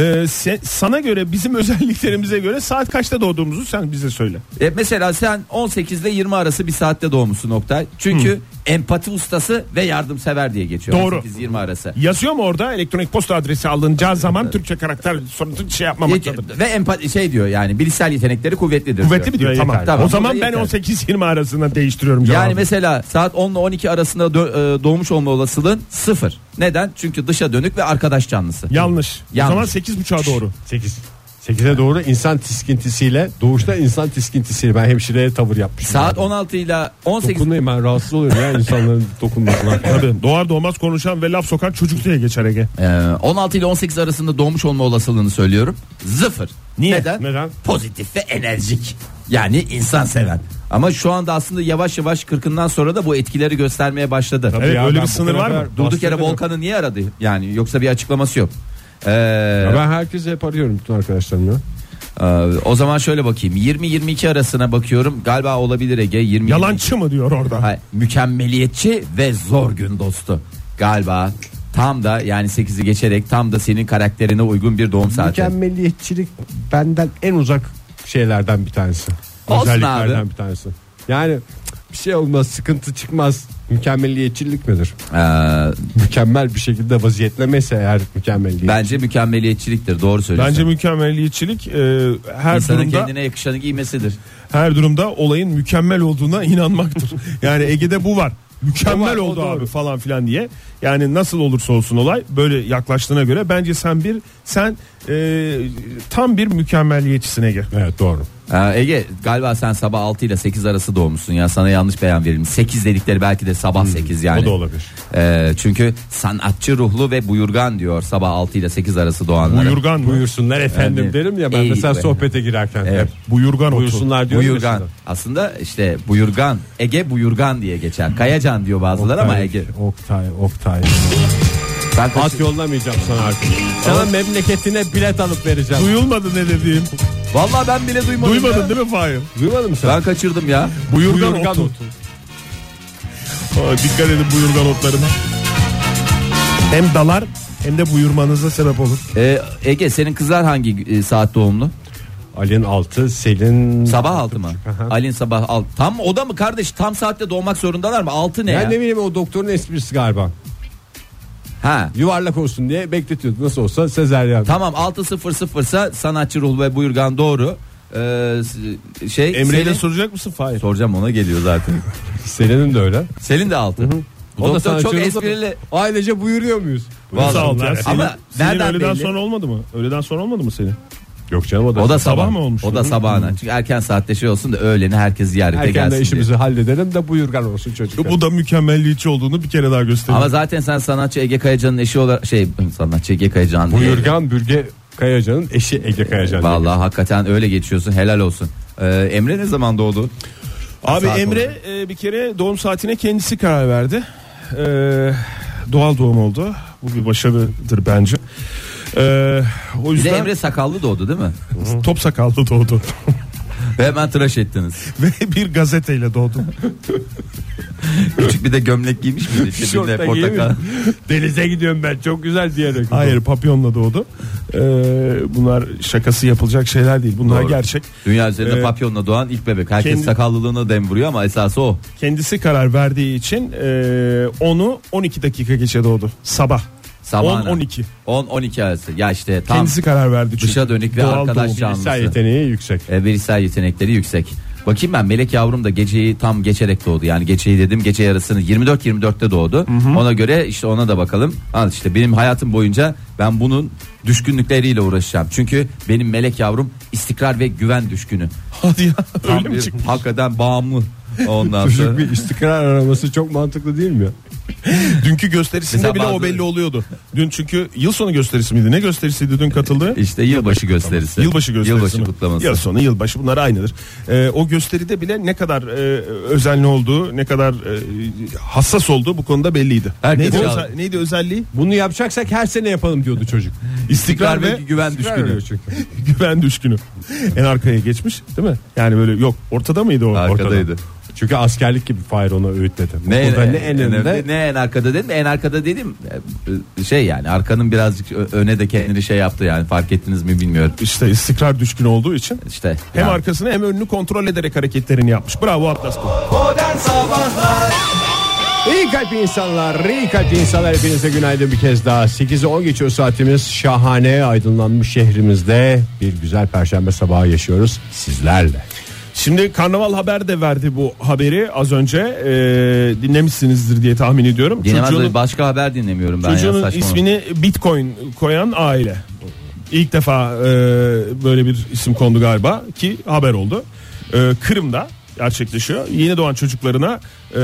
Sana göre bizim özelliklerimize göre saat kaçta doğduğumuzu sen bize söyle. Mesela sen 18 ile 20 arası bir saatte doğmuşsun Oktay. Çünkü empati ustası ve yardımsever diye geçiyor. Doğru. 18-20 arası. Yazıyor mu orada elektronik posta adresi alınacağı zaman Türkçe karakter sonunda şey yapmamaktadır. Ve empati şey diyor yani bilişsel yetenekleri kuvvetlidir. Kuvvetli mi diyor? Yeter. Tamam. Tamam, O zaman bu da ben yeter. 18-20 arasında değiştiriyorum cevabı. Yani mesela saat 10 ile 12 arasında doğmuş olma olasılığın 0. Neden? Çünkü dışa dönük ve arkadaş canlısı. Yanlış. Yanlış. O zaman 8.30'a doğru. 8'e doğru insan tiskintisiyle doğuşta insan tiskintisiyle ben hemşireye tavır yapmışım. Saat Yani. 16 ile 18 Dokunmayayım ben rahatsız oluyorum ya insanların dokunmasına. Tabii doğar doğmaz konuşan ve laf sokan çocuk diye geçer Ege. 16 ile 18 arasında doğmuş olma olasılığını söylüyorum. 0. Niye? Neden? Pozitif ve enerjik. Yani insan seven. Ama şu anda aslında yavaş yavaş 40'ından sonra da bu etkileri göstermeye başladı. Tabii Evet, ya, öyle ben bir bu sınır var kadar mı? Durduk yere bastırdım. Volkan'ı niye aradı? Yani yoksa bir açıklaması yok. Ya ben herkese hep arıyorum bütün arkadaşlarım ya. O zaman şöyle bakayım. 20-22 arasına bakıyorum. Galiba olabilir Ege. 20 Yalancı mı diyor orada? Hayır, mükemmeliyetçi ve zor gün dostu. Galiba tam da yani 8'i geçerek tam da senin karakterine uygun bir doğum saati. Mükemmeliyetçilik benden en uzak şeylerden bir tanesi. Olsun Özelliklerden abi. bir tanesi. Yani bir şey olmaz, sıkıntı çıkmaz. Mükemmeliyetçilik midir? Mükemmel bir şekilde vaziyetlemese eğer mükemmeliyetçilik. Bence mükemmeliyetçiliktir. Doğru söylüyorsun. Bence mükemmeliyetçilik her İnsanın durumda kendine yakışanı giymesidir. her durumda olayın mükemmel olduğuna inanmaktır. Yani Ege'de bu var. Mükemmel O var, o oldu doğru. abi falan filan diye. Yani nasıl olursa olsun olay böyle yaklaştığına göre bence sen tam bir mükemmeliyetçisin Ege. Evet doğru. Ege galiba sen sabah 6 ile 8 arası doğmuşsun ya, sana yanlış beyan verilmiş. 8 dedikleri belki de sabah 8 yani. O da olabilir. Çünkü sanatçı ruhlu ve buyurgan diyor sabah 6 ile 8 arası doğanlara. Buyurgan mı? Buyursunlar efendim Yani, derim ya ben iyi mesela be. sohbete girerken. Evet. hep Buyurgan otu. Buyursunlar diyorum. Buyurgan. mesela. Aslında işte buyurgan. Ege buyurgan diye geçer. Kayacan diyor bazıları ama Ege. Oktay. Ben At yollamayacağım sana artık. Sana memleketine bilet alıp vereceğim. Duyulmadı ne dediğim. Vallahi ben bile duymadım. Duymadın ya. değil mi Fahir? Duymadın mı sen? Ben kaçırdım ya. Buyurgan otu. Dikkat edin buyurgan otlarına. Hem dalar hem de buyurmanıza sebep olur. Ege senin kızlar hangi saat doğumlu? Ali'nin 6, Selin Sabah 6 mı? Ali'nin sabah 6. Tam o da mı kardeş? Tam saatte doğmak zorundalar mı? 6 ne ya? Ben ne bileyim, o doktorun esprisi galiba. Ha. Yuvarlak olsun diye bekletiyordu. Nasıl olsa sezaryen. Tamam 6:00'sa sanatçı ruh ve buyurgan doğru. Emre'yle soracak mısın Fahir? Soracağım, ona geliyor zaten. Selin'in de öyle. Selin de 6. O da Doktor çok sanatçı esprili. Ailece buyuruyor muyuz? Nasıl altı? Ama Senin nereden öğleden belli? sonra olmadı mı? Öğleden sonra olmadı mı senin? Yok canım, O da sabah sabah mı olmuş? O da sabahına. Çünkü erken saatte şey olsun da öğleni herkes ziyarete Erken gelsin de diye. işimizi halledelim de buyurgan olsun çocuklar. Bu da mükemmelliyetçi olduğunu bir kere daha gösteriyor. Ama zaten sen sanatçı Ege Kayacan'ın eşi olarak sanatçı Ege Kayacan diye. Buyurgan Bürge Kayacan'ın eşi Ege Kayacan. Vallahi hakikaten öyle geçiyorsun, helal olsun. Emre ne zaman doğdu? Abi Saat Emre bir kere doğum saatine kendisi karar verdi. Doğal doğum oldu. Bu bir başarıdır bence. O Bir de yüzden Emre sakallı doğdu değil mi? top sakallı doğdu. Ve hemen tıraş ettiniz. Ve bir gazeteyle doğdu. Küçük bir de gömlek giymiş miydi? İşte Şorta bir de portakal. giymiş. Denize gidiyorum ben, çok güzel diyerek. Hayır, papyonla doğdu. Bunlar şakası yapılacak şeyler değil. Bunlar Doğru. gerçek. Dünya üzerinde papyonla doğan ilk bebek. Herkes Kendi- sakallılığına dem vuruyor ama esası o. Kendisi karar verdiği için onu 12 dakika geçe doğdu. Sabah. Sabahına. 10-12. 10-12 arası. Ya işte tam Kendisi karar verdi çünkü. dışa dönük ve Doğal arkadaş doğum. canlısı. Bilgisayar yeteneği yüksek. Bilişsel yetenekleri yüksek. Bakayım ben, Melek yavrum da geceyi tam geçerek doğdu. Yani geceyi dedim, gece yarısını 24-24'te doğdu. Ona göre işte ona da bakalım. Al işte benim hayatım boyunca ben bunun düşkünlükleriyle uğraşacağım. Çünkü benim Melek yavrum istikrar ve güven düşkünü. Hadi ya. Tam Öyle mi bir çıktı? hakikaten bağımlı. Ondan sonra. Çocuk bir istikrar araması çok mantıklı değil mi? Dünkü gösterisinde Mesela bile bazı- o belli oluyordu. Dün çünkü yıl sonu gösterisi miydi? Ne gösterisiydi dün katıldığı? İşte yılbaşı gösterisi. Yılbaşı gösterisi. Yılbaşı kutlaması. Yıl sonu, yılbaşı, bunlar aynıdır. O gösteride bile ne kadar özenli olduğu, ne kadar hassas olduğu bu konuda belliydi. Herkes Neydi, çaldı. neydi özelliği? Bunu yapacaksak her sene yapalım diyordu çocuk. İstikrar ve güven İstikrar düşkünü. arıyor çünkü. güven düşkünü. En arkaya geçmiş değil mi? Yani böyle yok. Ortada mıydı o? Arkadaydı. Ortada. Çünkü askerlik gibi Fahir ona öğütledi. Ne, Burada ne en önde, ne en arkada dedim. En arkada dedim şey, yani arkanın birazcık öne de kendini şey yaptı, yani fark ettiniz mi bilmiyorum. İşte istikrar düşkünü olduğu için İşte hem yani. arkasını hem önünü kontrol ederek hareketlerini yapmış. Bravo Atlas Bey. Modern Sabahlar İyi kalpli insanlar, iyi kalpli insanlar, hepinize günaydın bir kez daha. 8'e 10 geçiyor saatimiz. Şahane aydınlanmış şehrimizde bir güzel perşembe sabahı yaşıyoruz sizlerle. Şimdi Karnaval Haber de verdi bu haberi az önce. Dinlemişsinizdir diye tahmin ediyorum. Dinlemez, başka haber dinlemiyorum ben ya, Çocuğunun saçmalama. ismini Bitcoin koyan aile. İlk defa böyle bir isim kondu galiba ki haber oldu. Kırım'da gerçekleşiyor. Yeni doğan çocuklarına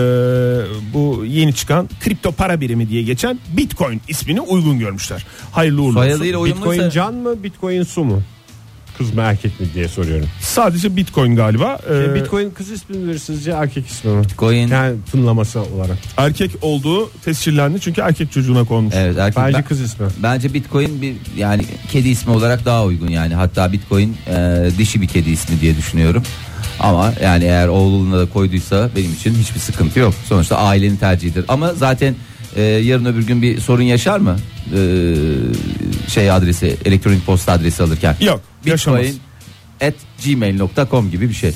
bu yeni çıkan kripto para birimi diye geçen Bitcoin ismini uygun görmüşler. Hayırlı uğurlu Soyadıyla olsun. uyumluysa. Bitcoin can mı, Bitcoin su mu? Kız mı erkek mi diye soruyorum. Sadece Bitcoin galiba. Bitcoin kız ismi midir sizce, erkek ismi mi? Bitcoin. Yani tınlaması olarak. Erkek olduğu tescillendi çünkü erkek çocuğuna konmuş. Evet, erkek. Bence kız ismi. Bence Bitcoin bir, yani kedi ismi olarak daha uygun yani. Hatta Bitcoin dişi bir kedi ismi diye düşünüyorum. Ama yani eğer oğluna da koyduysa benim için hiçbir sıkıntı yok. Sonuçta ailenin tercihidir. Ama zaten yarın öbür gün bir sorun yaşar mı? Şey adresi, elektronik posta adresi alırken. Yok, yaşamaz. Bitcoin@gmail.com gibi bir şey.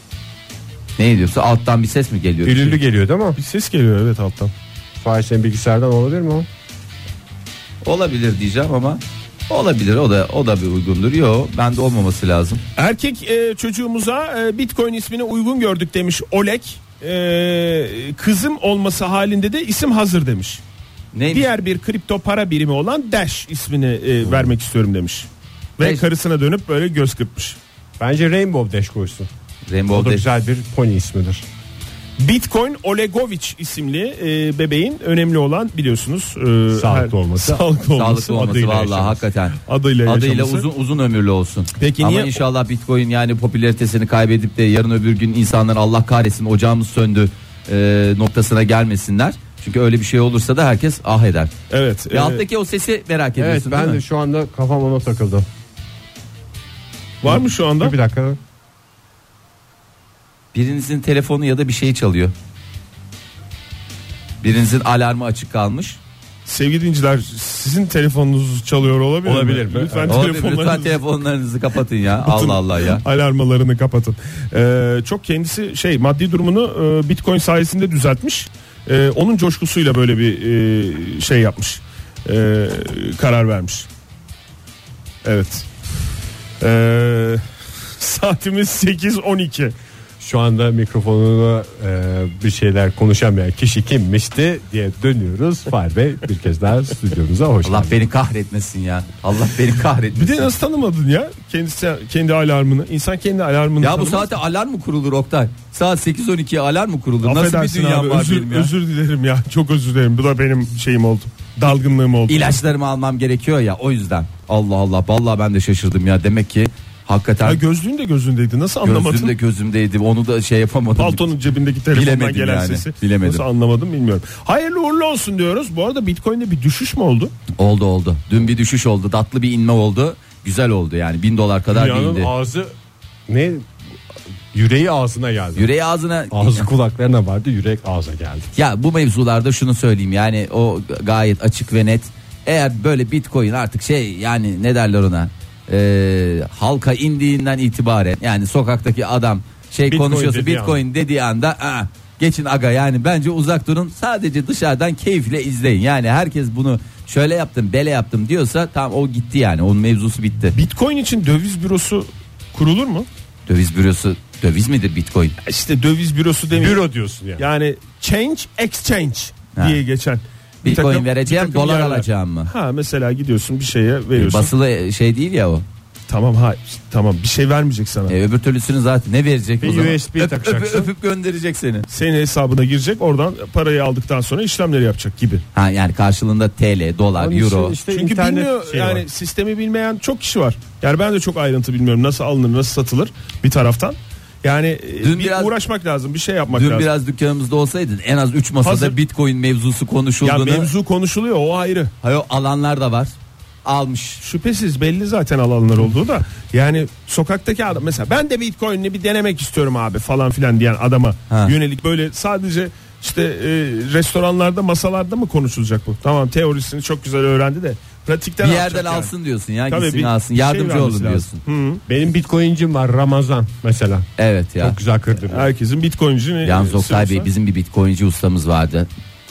Ne diyorsa alttan bir ses mi geliyor? Gülüllü geliyor değil mi? Bir ses geliyor evet alttan. Fahir senin bilgisayardan olabilir mi o? Olabilir diyeceğim ama olabilir, o da bir uygundur. Yok, bende olmaması lazım. Erkek çocuğumuza Bitcoin ismini uygun gördük demiş Oleg. Kızım olması halinde de isim hazır demiş. Neymiş? Diğer bir kripto para birimi olan Dash ismini vermek istiyorum demiş. Ve Dash. karısına dönüp böyle göz kırpmış. Bence Rainbow Dash koysun. O Rainbow da Dash. güzel bir pony ismidir. Bitcoin Olegovich isimli bebeğin önemli olan biliyorsunuz Sağlıklı olması. Sağlıklı olması. Sağlıklı olması adıyla vallahi yaşaması. hakikaten. Adıyla Uzun uzun ömürlü olsun. Peki ama niye- inşallah Bitcoin yani popülaritesini kaybedip de yarın öbür gün insanlar Allah kahretsin ocağımız söndü noktasına gelmesinler. Çünkü öyle bir şey olursa da herkes ah eder. Evet. Alttaki o sesi merak ediyorsun. Evet ben de şu anda kafam ona takıldı. Var mı şu anda? Bir dakika. Birinizin telefonu ya da bir şey çalıyor. Birinizin alarmı açık kalmış. Sevgili dinleyiciler, sizin telefonunuz çalıyor olabilir mi? Lütfen telefonlarınızı kapatın ya. Allah Allah ya. Alarmalarını kapatın. Çok kendisi maddi durumunu Bitcoin sayesinde düzeltmiş. Onun coşkusuyla böyle bir şey yapmış. Karar vermiş. Evet. Saatimiz 8:12. Şu anda mikrofonuna bir şeyler konuşamayan kişi kimmişti diye dönüyoruz. Fahir Bey bir kez daha stüdyomuza hoş geldiniz. Allah beni kahretmesin ya. Allah beni kahretmesin. Bir de nasıl tanımadın ya kendisi kendi alarmını? İnsan kendi alarmını ya tanımaz. Bu saate alarm mı kurulur Oktay? Saat 8:12'ye alarm mı kurulur? Affedersin nasıl bir dünya abi, var benim ya? özür dilerim ya. Çok özür dilerim. Bu da benim şeyim oldu. Dalgınlığım oldu. İlaçlarımı almam gerekiyor ya, o yüzden. Allah Allah, vallahi ben de şaşırdım ya. Demek ki hakikaten. Ya gözlüğün de gözündeydi. Nasıl anlamadın? Gözlüğüm de gözümdeydi. Onu da şey yapamadım. Paltonun cebindeki telefondan Bilemedim gelen yani. sesi. Bilemedim. Nasıl anlamadım bilmiyorum. Hayırlı uğurlu olsun diyoruz. Bu arada Bitcoin'de bir düşüş mü oldu? Oldu. Dün bir düşüş oldu. Tatlı bir inme oldu. Güzel oldu yani. $1000 kadar bir Dünyanın indi. ağzı ne? Yüreği ağzına geldi. Yüreği ağzına. Ağzı kulaklarına vardı, yürek ağza geldi. Ya bu mevzularda şunu söyleyeyim, yani o gayet açık ve net. Eğer böyle Bitcoin artık yani ne derler ona, halka indiğinden itibaren, yani sokaktaki adam Bitcoin konuşuyorsa Bitcoin dediği anda geçin aga, yani bence uzak durun, sadece dışarıdan keyifle izleyin. Yani herkes bunu şöyle yaptım bele yaptım diyorsa tamam, o gitti yani, onun mevzusu bitti. Bitcoin için döviz bürosu kurulur mu? Döviz bürosu, döviz midir Bitcoin? İşte döviz bürosu demiyor. Büro diyorsun yani. Yani change exchange diye geçen. Bitcoin vereceğim, dolar yerler. alacağım mı? Mesela gidiyorsun bir şeye veriyorsun. Basılı değil ya o. Tamam bir şey vermeyecek sana. Öbür türlüsünü zaten ne verecek bir o zaman? USB takacaksın. Öpüp gönderecek seni. Senin hesabına girecek, oradan parayı aldıktan sonra işlemleri yapacak gibi. Yani karşılığında TL, dolar, Onun euro. için Çünkü internet bilmiyor yani var. sistemi bilmeyen çok kişi var. Yani ben de çok ayrıntı bilmiyorum, nasıl alınır, nasıl satılır bir taraftan. Yani uğraşmak lazım, bir şey yapmak lazım. Dün biraz dükkanımızda olsaydın en az 3 masada Hazır. Bitcoin mevzusu konuşulduğunu. Ya mevzu konuşuluyor, o ayrı. Hayır, alanlar da var. Almış. Şüphesiz belli zaten alanlar olduğu da. Yani sokaktaki adam mesela, ben de Bitcoin'ini bir denemek istiyorum abi falan filan diyen adama yönelik böyle sadece işte restoranlarda, masalarda mı konuşulacak bu? Tamam, teorisini çok güzel öğrendi de pratikten bir yerden yani. alsın diyorsun ya, Tabii gitsin alsın, yardımcı şey olun diyorsun. Benim Bitcoin'cim var, Ramazan mesela. Evet ya. Çok güzel kırdırıyor. Herkesin Bitcoin'cini. Yalnız Oktay Bey, bizim bir Bitcoin'ci ustamız vardı.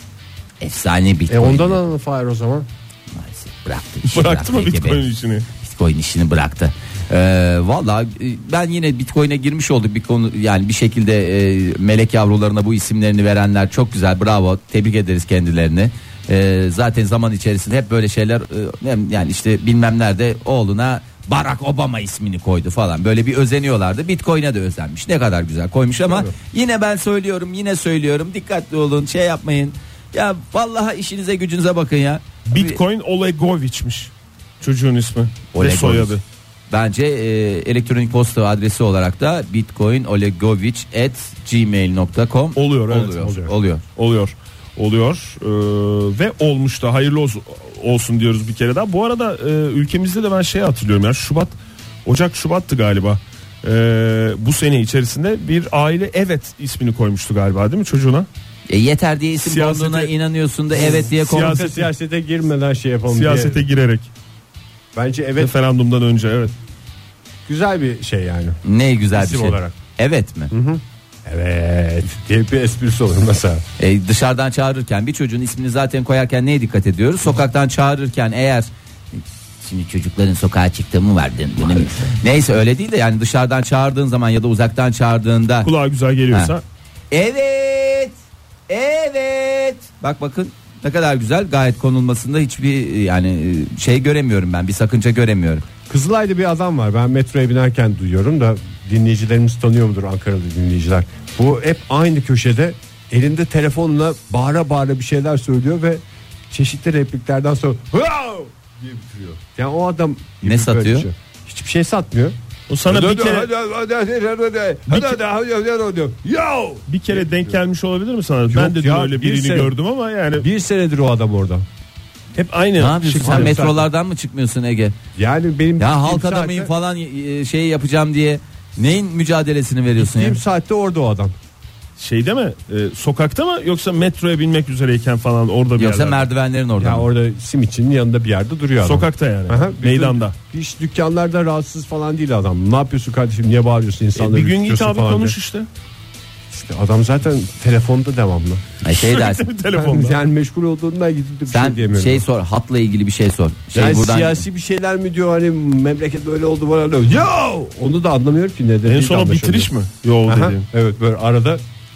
Efsane Bitcoin. Ondan alın Fahir o zaman. Maalesef Bıraktı mı Bitcoin işini? Bitcoin işini bıraktı. Vallahi ben yine Bitcoin'e girmiş olduk bir konu, yani bir şekilde melek yavrularına bu isimlerini verenler çok güzel, bravo, tebrik ederiz kendilerini. Zaten zaman içerisinde hep böyle şeyler, yani işte bilmem nerede oğluna Barack Obama ismini koydu falan, böyle bir özeniyorlardı. Bitcoin'e de özenmiş, ne kadar güzel koymuş ama yine ben söylüyorum, dikkatli olun, yapmayın ya, vallahi işinize gücünüze bakın ya. Bitcoin Olegovich'miş çocuğun ismi ve soyadı. Bence elektronik posta adresi olarak da bitcoinolegovich@gmail.com oluyor. Ve olmuş da, hayırlı olsun diyoruz bir kere daha. Bu arada ülkemizde de ben hatırlıyorum ya, Ocak Şubat'tı galiba. Bu sene içerisinde bir aile evet ismini koymuştu galiba, değil mi çocuğuna? Yeter diye isim konduğuna inanıyorsun da evet diye konuşuyorsun. Siyasete girmeden yapalım siyasete diye. girerek. Bence evet. Referandumdan önce evet. Güzel bir şey yani. Ne güzel İsim bir şey. olarak. Evet mi? Hı. Evet diye bir esprisi olur mesela. Dışarıdan çağırırken bir çocuğun ismini zaten koyarken neye dikkat ediyoruz? Sokaktan çağırırken eğer, şimdi çocukların sokağa çıktığı mı var dönemi? Neyse, öyle değil de yani dışarıdan çağırdığın zaman ya da uzaktan çağırdığında kulağa güzel geliyorsa. Evet. Bakın ne kadar güzel, gayet konulmasında hiçbir yani göremiyorum ben, bir sakınca göremiyorum. Kızılay'da bir adam var, ben metroya binerken duyuyorum da dinleyicilerimiz tanıyor mudur, Ankaralı dinleyiciler. Bu hep aynı köşede elinde telefonla bağıra bir şeyler söylüyor ve çeşitli repliklerden sonra wow diye bitiriyor. Yani o adam ne satıyor? Hiçbir şey satmıyor. O sana bir kere Yo! bir kere denk gelmiş olabilir mi sana? Ben de dün ya, öyle bir birini sene- gördüm ama yani Bir senedir o adam orada. hep aynı. Ne yapıyorsun şekilde. sen, metrolardan mı çıkmıyorsun Ege? Yani benim Ya halk gittiğim adamıyım saatte- falan şey yapacağım diye neyin mücadelesini veriyorsun ya? Gittiğim saatte orada o adam. Şeyde mi? Sokakta mı yoksa metroya binmek üzereyken falan orada bir Yoksa yerlerde? merdivenlerin orada Ya mı? orada simitçinin yanında bir yerde duruyor adam. Sokakta yani. Aha, Meydanda. Hiç dükkanlarda rahatsız falan değil adam. Ne yapıyorsun kardeşim, niye bağırıyorsun insanları? Bir gün git ürkütüyorsun abi falan konuş diye. işte. İşte adam zaten telefonda devamlı. Şey dersin. Telefonda. Yani meşgul olduğundan gidip de bir Sen şey diyemiyorum. şey sor, hatla ilgili bir şey sor. Yani Buradan siyasi bir şeyler mi diyor, hani memleket böyle oldu bana öyle. Yo! Onu da anlamıyorum ki, ne dediği En de son o anlaşılmıyor. bitiriş mi? Yo Aha, dediğim. evet, böyle arada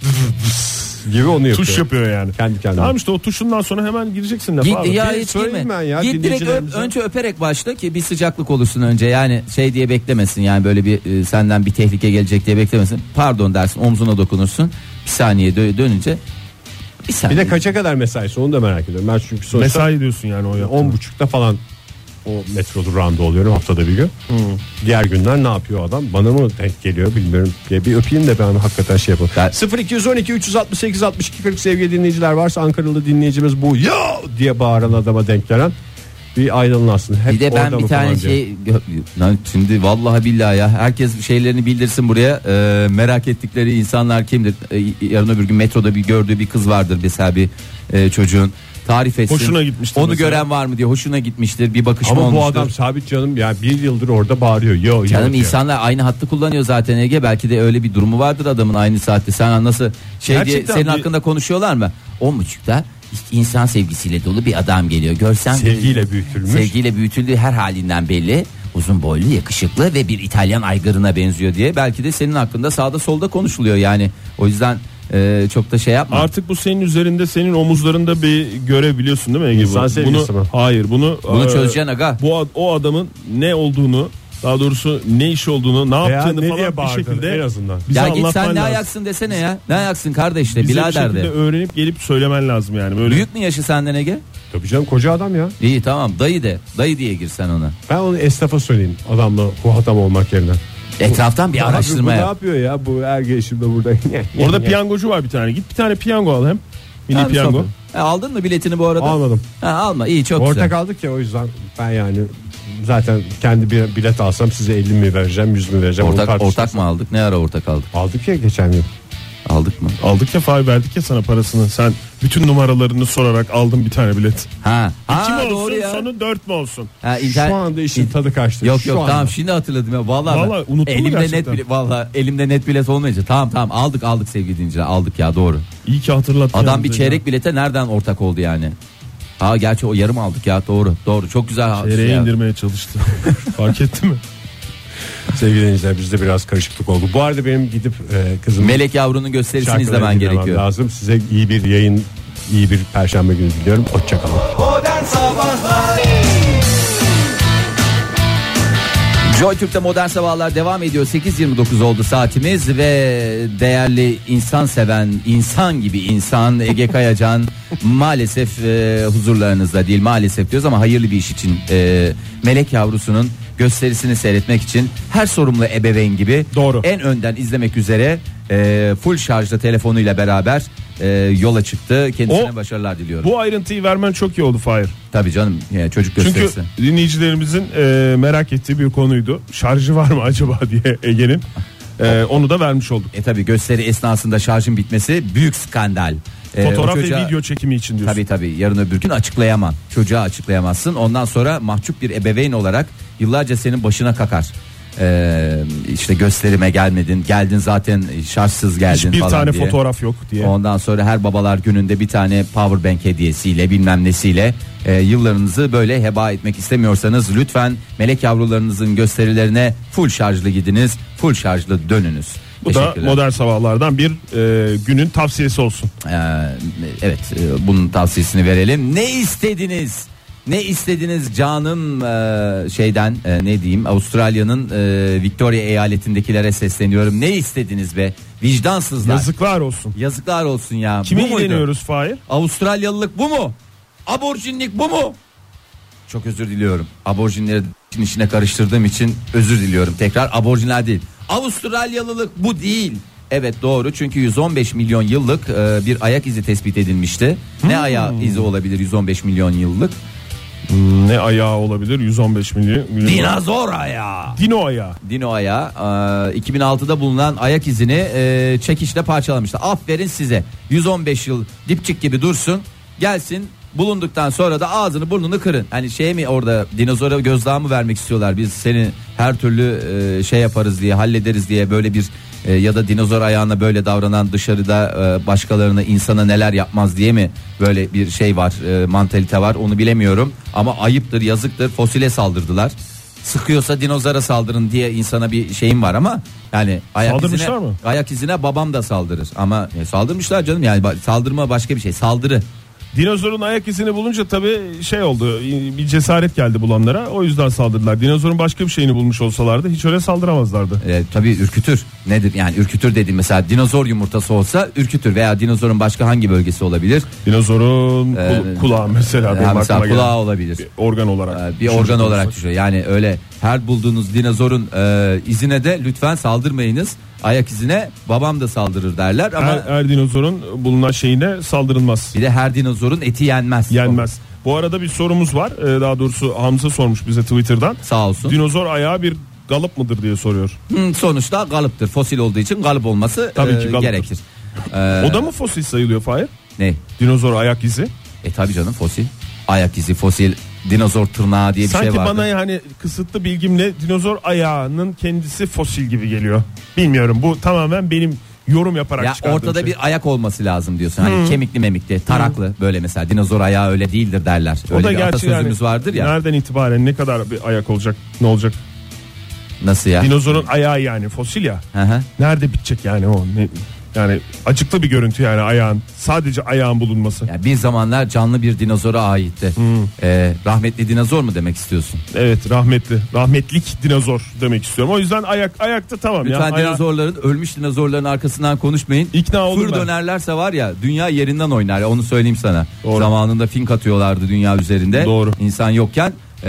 gibi onu yapıyor. Tuş yapıyor yani. Kendi kendine. Tamam işte o tuşundan sonra hemen gireceksin lafa Git abi. ya, Bir hiç söyleyeyim girme. ben ya Git direkt dinleyicilerimize. önce öperek başla ki bir sıcaklık oluşsun önce. Yani şey diye beklemesin, yani böyle bir senden bir tehlike gelecek diye beklemesin. Pardon dersin, omzuna dokunursun. Bir saniye dönünce bir Bir saniye. de kaça kadar mesaisi, onu da merak ediyorum. Ben çünkü sonuçta Mesai diyorsun yani o yaptığın. 10.30'da falan o metro durağında oluyorum haftada bir gün. Diğer günler ne yapıyor adam? Bana mı denk geliyor bilmiyorum. Bir öpeyim de ben hakikaten şey yapalım. Ben- 0212 368 62 40 sevgili dinleyiciler varsa, Ankaralı dinleyicimiz bu yo diye bağıran adama denk gelen bir aydınlansın. Hep Bir de ben orada bir mı tane falan diye. şey lan şimdi vallahi billahi ya, herkes şeylerini bildirsin buraya. Merak ettikleri insanlar kimdir? Yarın öbür gün metroda bir gördüğü bir kız vardır mesela, bir çocuğun tarif etsin. Hoşuna gitmiştir Onu mesela. gören var mı diye, hoşuna gitmiştir, bir bakışma Ama bu olmuştur. adam sabit canım, yani bir yıldır orada bağırıyor. Yo Canım diyor. insanlar aynı hattı kullanıyor zaten Ege, belki de öyle bir durumu vardır adamın aynı saatte. Sen nasıl şey diye Gerçekten senin bir- hakkında konuşuyorlar mı? 10.30'da insan sevgisiyle dolu bir adam geliyor. Görsen Sevgiyle büyütülmüş. Sevgiyle büyütüldüğü her halinden belli. Uzun boylu, yakışıklı ve bir İtalyan aygırına benziyor diye. Belki de senin hakkında sağda solda konuşuluyor yani. O yüzden çok da şey yapma. Artık bu senin üzerinde, senin omuzlarında bir görev, biliyorsun değil mi Ege? İnsan sevgisi mi? Hayır, bunu çözeceksin aga. O adamın ne olduğunu, daha doğrusu ne iş olduğunu, ne Veya yaptığını ne falan diye bir bağırdın şekilde en azından. bize Ya git anlatman sen ne lazım. ayaksın desene ya. Ne ayaksın kardeş de, Bize bir birader şekilde de. öğrenip gelip söylemen lazım yani. Böyle Büyük mü yaşı senden Ege? Tabii canım, koca adam ya. İyi tamam, dayı de. Dayı diye girsen ona. Ben onu esnafa söyleyeyim, adamla bu adam olmak yerine. Etraftan bir Abi bu araştırma ne yap. yapıyor ya bu her gelişimde burada. orada piyangocu var bir tane. Git bir tane piyango al hem. Mini Tamam, piyango. sonra. Aldın mı biletini bu arada? Almadım. Alma, iyi, çok Ortak güzel. aldık ya, o yüzden ben yani zaten kendi bir bilet alsam size 50 mi vereceğim, 100 mü vereceğim. onu Ortak tartışırız. mı aldık? Ne ara ortak aldık? Aldık ya geçen yıl. Aldık mı? Aldık ya, Fahir, verdik ya sana parasını. Sen bütün numaralarını sorarak aldın bir tane bilet. Ha. İki mi doğru olsun, ya. sonu 4 mü olsun? Ha, Şu anda işin tadı kaçtı. Yok Şu yok anda. tamam, şimdi hatırladım ya. Vallahi Vallahi unuttum elimde net gerçekten. bilet, vallahi elimde net bilet olmayınca tamam aldık sevgili dinleyiciler, aldık ya, doğru. İyi ki hatırlattın. Adam yani bir bize çeyrek bilete nereden ortak oldu yani? Ha gerçi o yarım aldık ya, doğru çok güzel. ya. Çeyreğe indirmeye çalıştı. Fark etti mi? Sevgili dinleyiciler, bizde biraz karışıklık oldu. Bu arada benim gidip kızım Melek yavrunun gösterisini şarkılarını izlemen dinlemem gerekiyor. lazım. Size iyi bir yayın, iyi bir perşembe günü diliyorum. Hoşçakalın. Modern Sabahlar Joy Türk'te Modern Sabahlar devam ediyor. 8.29 oldu saatimiz ve değerli insan seven, insan gibi insan Ege Kayacan maalesef huzurlarınızda değil, maalesef diyoruz ama hayırlı bir iş için, melek yavrusunun gösterisini seyretmek için her sorumlu ebeveyn gibi Doğru. en önden izlemek üzere full şarjlı telefonuyla beraber yola çıktı. Kendisine O- başarılar diliyorum. Bu ayrıntıyı vermen çok iyi oldu Fahir. Tabii canım, çocuk Çünkü gösterisi. dinleyicilerimizin merak ettiği bir konuydu. Şarjı var mı acaba diye Ege'nin. Onu da vermiş olduk. Tabii gösteri esnasında şarjın bitmesi büyük skandal. Fotoğraf o çocuğa- ve video çekimi için diyorsun. Tabii yarın öbür gün açıklayamam. Çocuğa açıklayamazsın. Ondan sonra mahcup bir ebeveyn olarak yıllarca senin başına kakar. İşte gösterime gelmedin, geldin zaten şarjsız geldin Hiçbir falan tane diye. fotoğraf yok diye. Ondan sonra her babalar gününde bir tane power bank hediyesiyle bilmem nesiyle yıllarınızı böyle heba etmek istemiyorsanız lütfen melek yavrularınızın gösterilerine full şarjlı gidiniz, full şarjlı dönünüz. Bu da Teşekkürler. modern sabahlardan bir günün tavsiyesi olsun. Evet, bunun tavsiyesini verelim. Ne istediniz? Ne istediniz canım şeyden, ne diyeyim, Avustralya'nın Victoria eyaletindekilere sesleniyorum. Ne istediniz be vicdansızlar. Yazıklar olsun. Yazıklar olsun ya. Kime Bu muydu? ilgileniyoruz Fahir? Avustralyalılık bu mu? Aborjinlik bu mu? Çok özür diliyorum. Aborjinleri işine karıştırdığım için özür diliyorum. Tekrar aborjinler değil. Avustralyalılık bu değil. Evet doğru, çünkü 115 milyon yıllık bir ayak izi tespit edilmişti. Ne ayak izi olabilir 115 milyon yıllık? Ne ayağı olabilir 115 milyon? Dinozor ayağı. Dino ayağı. Dino ayağı. 2006'da bulunan ayak izini çekişle parçalamıştı. Aferin size. 115 yıl dipçik gibi dursun. Gelsin, bulunduktan sonra da ağzını burnunu kırın. Hani şey mi, orada dinozora gözdağı mı vermek istiyorlar? Biz seni her türlü şey yaparız diye, hallederiz diye, böyle bir ya da dinozor ayağına böyle davranan dışarıda başkalarına, insana neler yapmaz diye mi böyle bir şey var, mantalite var, onu bilemiyorum. Ama ayıptır, yazıktır, fosile saldırdılar. Sıkıyorsa dinozora saldırın diye insana bir şeyim var ama yani ayak izine babam da saldırır. Ama saldırmışlar canım, yani saldırma başka bir şey, saldırı. Dinozorun ayak izini bulunca tabii şey oldu, bir cesaret geldi bulanlara, o yüzden saldırdılar. Dinozorun başka bir şeyini bulmuş olsalardı hiç öyle saldıramazlardı. Tabii ürkütür. Nedir yani ürkütür dediğim, mesela dinozor yumurtası olsa ürkütür, veya dinozorun başka hangi bölgesi olabilir? Dinozorun kulağı mesela. Mesela kulağı olabilir. Bir organ olarak. Bir organ olarak düşüyor. Yani öyle her bulduğunuz dinozorun izine de lütfen saldırmayınız. Ayak izine babam da saldırır derler ama her dinozorun bulunan şeyine saldırılmaz. Bir de her dinozorun eti yenmez. Yenmez. Bu arada bir sorumuz var. Daha doğrusu Hamza sormuş bize Twitter'dan. Sağ olsun. Dinozor ayağı bir galıp mıdır diye soruyor. Sonuçta galıptır. Fosil olduğu için galıp olması tabii ki gerekir. O da mı fosil sayılıyor Fahir? Ne? Dinozor ayak izi. Tabii canım, fosil. Ayak izi, fosil, dinozor tırnağı diye bir sanki şey vardı. Sanki bana yani kısıtlı bilgimle dinozor ayağının kendisi fosil gibi geliyor. Bilmiyorum, bu tamamen benim yorum yaparak çıkardığım ortada şey. bir ayak olması lazım diyorsun. Hani kemikli memikli, taraklı böyle mesela, dinozor ayağı öyle değildir derler. Öyle o da bir atasözümüz yani, vardır ya. Nereden itibaren ne kadar bir ayak olacak, ne olacak? Nasıl ya? Dinozorun ayağı yani fosil ya. Hı. Nerede bitecek yani o? Yani acıklı bir görüntü yani ayağın. Sadece ayağın bulunması. Yani bir zamanlar canlı bir dinozora aitti. Rahmetli dinozor mu demek istiyorsun? Evet, rahmetli. Rahmetlik dinozor demek istiyorum. O yüzden ayakta tamam. Lütfen ya. dinozorların, ölmüş dinozorların arkasından konuşmayın. İkna oldum ben. Fır dönerlerse var ya, dünya yerinden oynar. Onu söyleyeyim sana. Doğru. Zamanında fink atıyorlardı dünya üzerinde. Doğru. İnsan yokken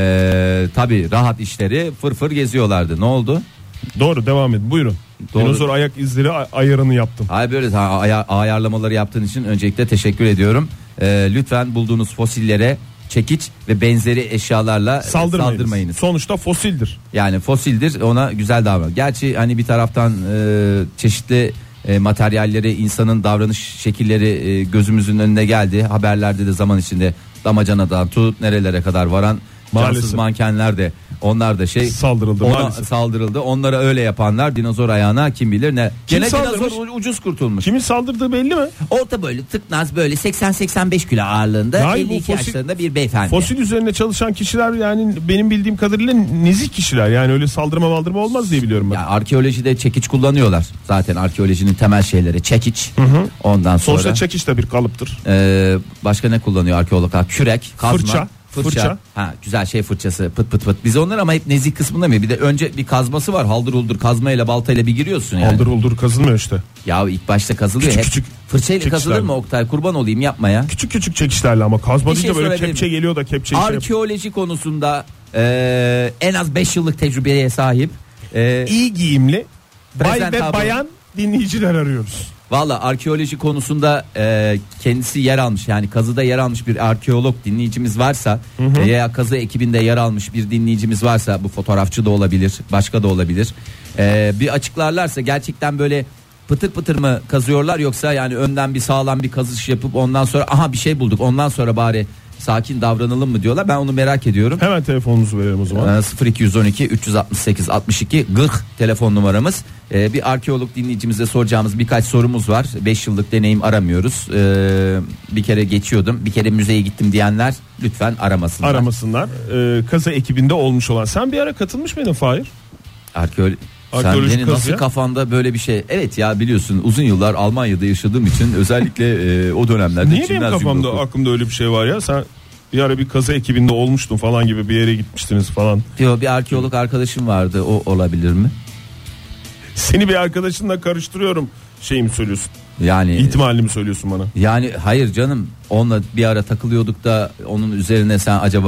tabii rahat işleri fır geziyorlardı. Ne oldu? Doğru, devam edin. Buyurun. Doğru. Dinozor ayak izleri ayarını yaptım. Hayır, böyle ayarlamaları yaptığın için öncelikle teşekkür ediyorum. Lütfen bulduğunuz fosillere çekiç ve benzeri eşyalarla saldırmayınız. Sonuçta fosildir. Yani fosildir, ona güzel davran. Gerçi hani bir taraftan çeşitli materyalleri, insanın davranış şekilleri gözümüzün önüne geldi. Haberlerde de zaman içinde damacanadan tut nerelere kadar varan cansız mankenler de, onlar da saldırıldı. Onlara öyle yapanlar dinozor ayağına kim bilir ne. Gene dinozor ucuz kurtulmuş. Kimin saldırdığı belli mi? Orta böyle tıknaz, böyle 80-85 kilo ağırlığında, 52 yaşlarında bir beyefendi. Fosil üzerine çalışan kişiler yani benim bildiğim kadarıyla nezih kişiler. Yani öyle saldırma olmaz diye biliyorum ben. Ya arkeolojide çekiç kullanıyorlar. Zaten arkeolojinin temel şeyleri çekiç. Ondan sonra. Sonuçta çekiç de bir kalıptır. Başka ne kullanıyor arkeologlar? Kürek, kazma. Fırça. Ha, güzel şey fırçası, pıt. Biz onlar ama hep nezih kısmında mı? Bir de önce bir kazması var. Haldır uldur kazmayla baltayla bir giriyorsun yani. Haldır uldur kazılmıyor işte. Ya ilk başta kazılıyor. Küçük fırçayla kazılır mı Oktay? Kurban olayım, yapma ya. Küçük çekişlerle ama kazma değil de böyle kepçe geliyor da kepçeyi. Arkeoloji konusunda en az 5 yıllık tecrübeye sahip. İyi giyimli bay ve bayan dinleyiciler arıyoruz. Valla arkeoloji konusunda kendisi yer almış, yani kazıda yer almış bir arkeolog dinleyicimiz varsa veya kazı ekibinde yer almış bir dinleyicimiz varsa, bu fotoğrafçı da olabilir, başka da olabilir, bir açıklarlarsa gerçekten böyle pıtır mı kazıyorlar, yoksa yani önden bir sağlam bir kazış yapıp ondan sonra aha bir şey bulduk ondan sonra bari sakin davranalım mı diyorlar, ben onu merak ediyorum. Hemen telefonunuzu verelim o zaman. 0212 368 62 40 telefon numaramız. Bir arkeolog dinleyicimize soracağımız birkaç sorumuz var. 5 yıllık deneyim aramıyoruz. Bir kere geçiyordum, bir kere müzeye gittim diyenler lütfen aramasınlar. Kazı ekibinde olmuş olan. Sen bir ara katılmış mıydın Fahir? Sen beni nasıl kafanda böyle bir şey? Evet ya, biliyorsun uzun yıllar Almanya'da yaşadığım için özellikle o dönemlerde. Niye benim aklımda öyle bir şey var ya? Sen bir ara bir kazı ekibinde olmuştun falan gibi, bir yere gitmiştiniz falan. Yok, bir arkeolog arkadaşım vardı, o olabilir mi? Seni bir arkadaşınla karıştırıyorum mi söylüyorsun? Yani ihtimalini mi söylüyorsun bana? Yani hayır canım, onunla bir ara takılıyorduk da onun üzerine sen acaba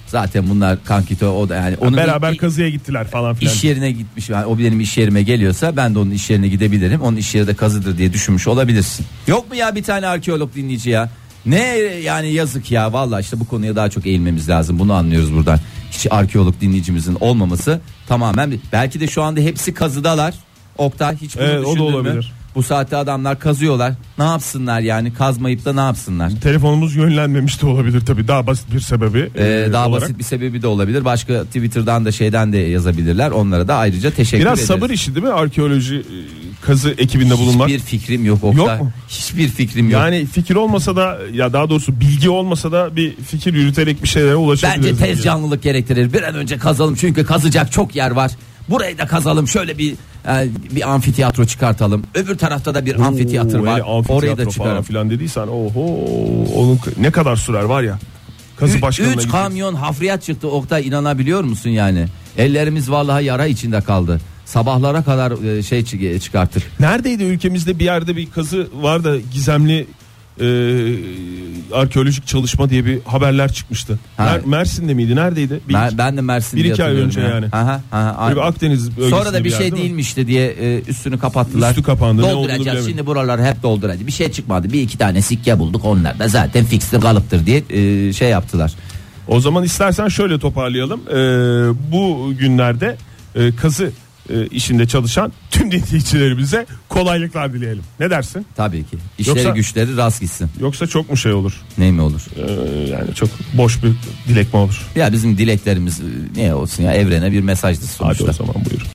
Zaten bunlar kankito, o da yani onun beraber kazıya gittiler falan filan. İş yerine gitmiş. Yani o benim iş yerime geliyorsa ben de onun iş yerine gidebilirim. Onun iş yeri de kazıdır diye düşünmüş olabilirsin. Yok mu ya bir tane arkeolog dinleyici ya? Ne yani, yazık ya, vallahi işte bu konuya daha çok eğilmemiz lazım. Bunu anlıyoruz buradan. Hiç arkeolog dinleyicimizin olmaması tamamen, belki de şu anda hepsi kazıdalar. Oktay, hiç bunu o da düşündün mü? olabilir. Bu saatte adamlar kazıyorlar. Ne yapsınlar yani, kazmayıp da ne yapsınlar? Telefonumuz yönlenmemiş de olabilir tabii, daha basit bir sebebi. Daha olarak. basit bir sebebi de olabilir. Başka Twitter'dan da şeyden de yazabilirler. Onlara da ayrıca teşekkür ederiz. Biraz sabır işi değil mi arkeoloji kazı ekibinde bulunmak? Hiçbir fikrim yok Oktay. Yok mu? Hiçbir fikrim yok. Yani fikir olmasa da, ya daha doğrusu bilgi olmasa da bir fikir yürüterek bir şeylere ulaşabiliriz. Bence tez canlılık gerektirir. Bir an önce kazalım, çünkü kazacak çok yer var. Burayı da kazalım, şöyle bir amfiteyatro çıkartalım. Öbür tarafta da bir amfiteyatro var. Orayı da çıkaralım falan dediysen, onun ne kadar sürer var ya. Kazı başkanına 3 kamyon hafriyat çıktı Oktay, inanabiliyor musun yani? Ellerimiz vallahi yara içinde kaldı. Sabahlara kadar çıkarttık. Neredeydi ülkemizde bir yerde bir kazı var da gizemli arkeolojik çalışma diye bir haberler çıkmıştı. Mersin'de miydi? Neredeydi? Ben de Mersin'de 1-2 ay önce yani. Aha, bir Akdeniz bölgesinde. Sonra da bir şey değilmişti diye üstünü kapattılar. Üstü kapandı. Dolduracağız şimdi buraları, hep dolduracağız. Bir şey çıkmadı. Bir iki tane sikke bulduk. Onlar da zaten fikstir, kalıptır diye şey yaptılar. O zaman istersen şöyle toparlayalım. Bu günlerde kazı işinde çalışan tüm dinleyicilerimize kolaylıklar dileyelim. Ne dersin? Tabii ki. İşleri güçleri rast gitsin. Yoksa çok mu şey olur? Ne mi olur? Yani çok boş bir dilek mi olur? Ya bizim dileklerimiz ne olsun ya, evrene bir mesajdır sonuçta. Hadi o zaman buyurun.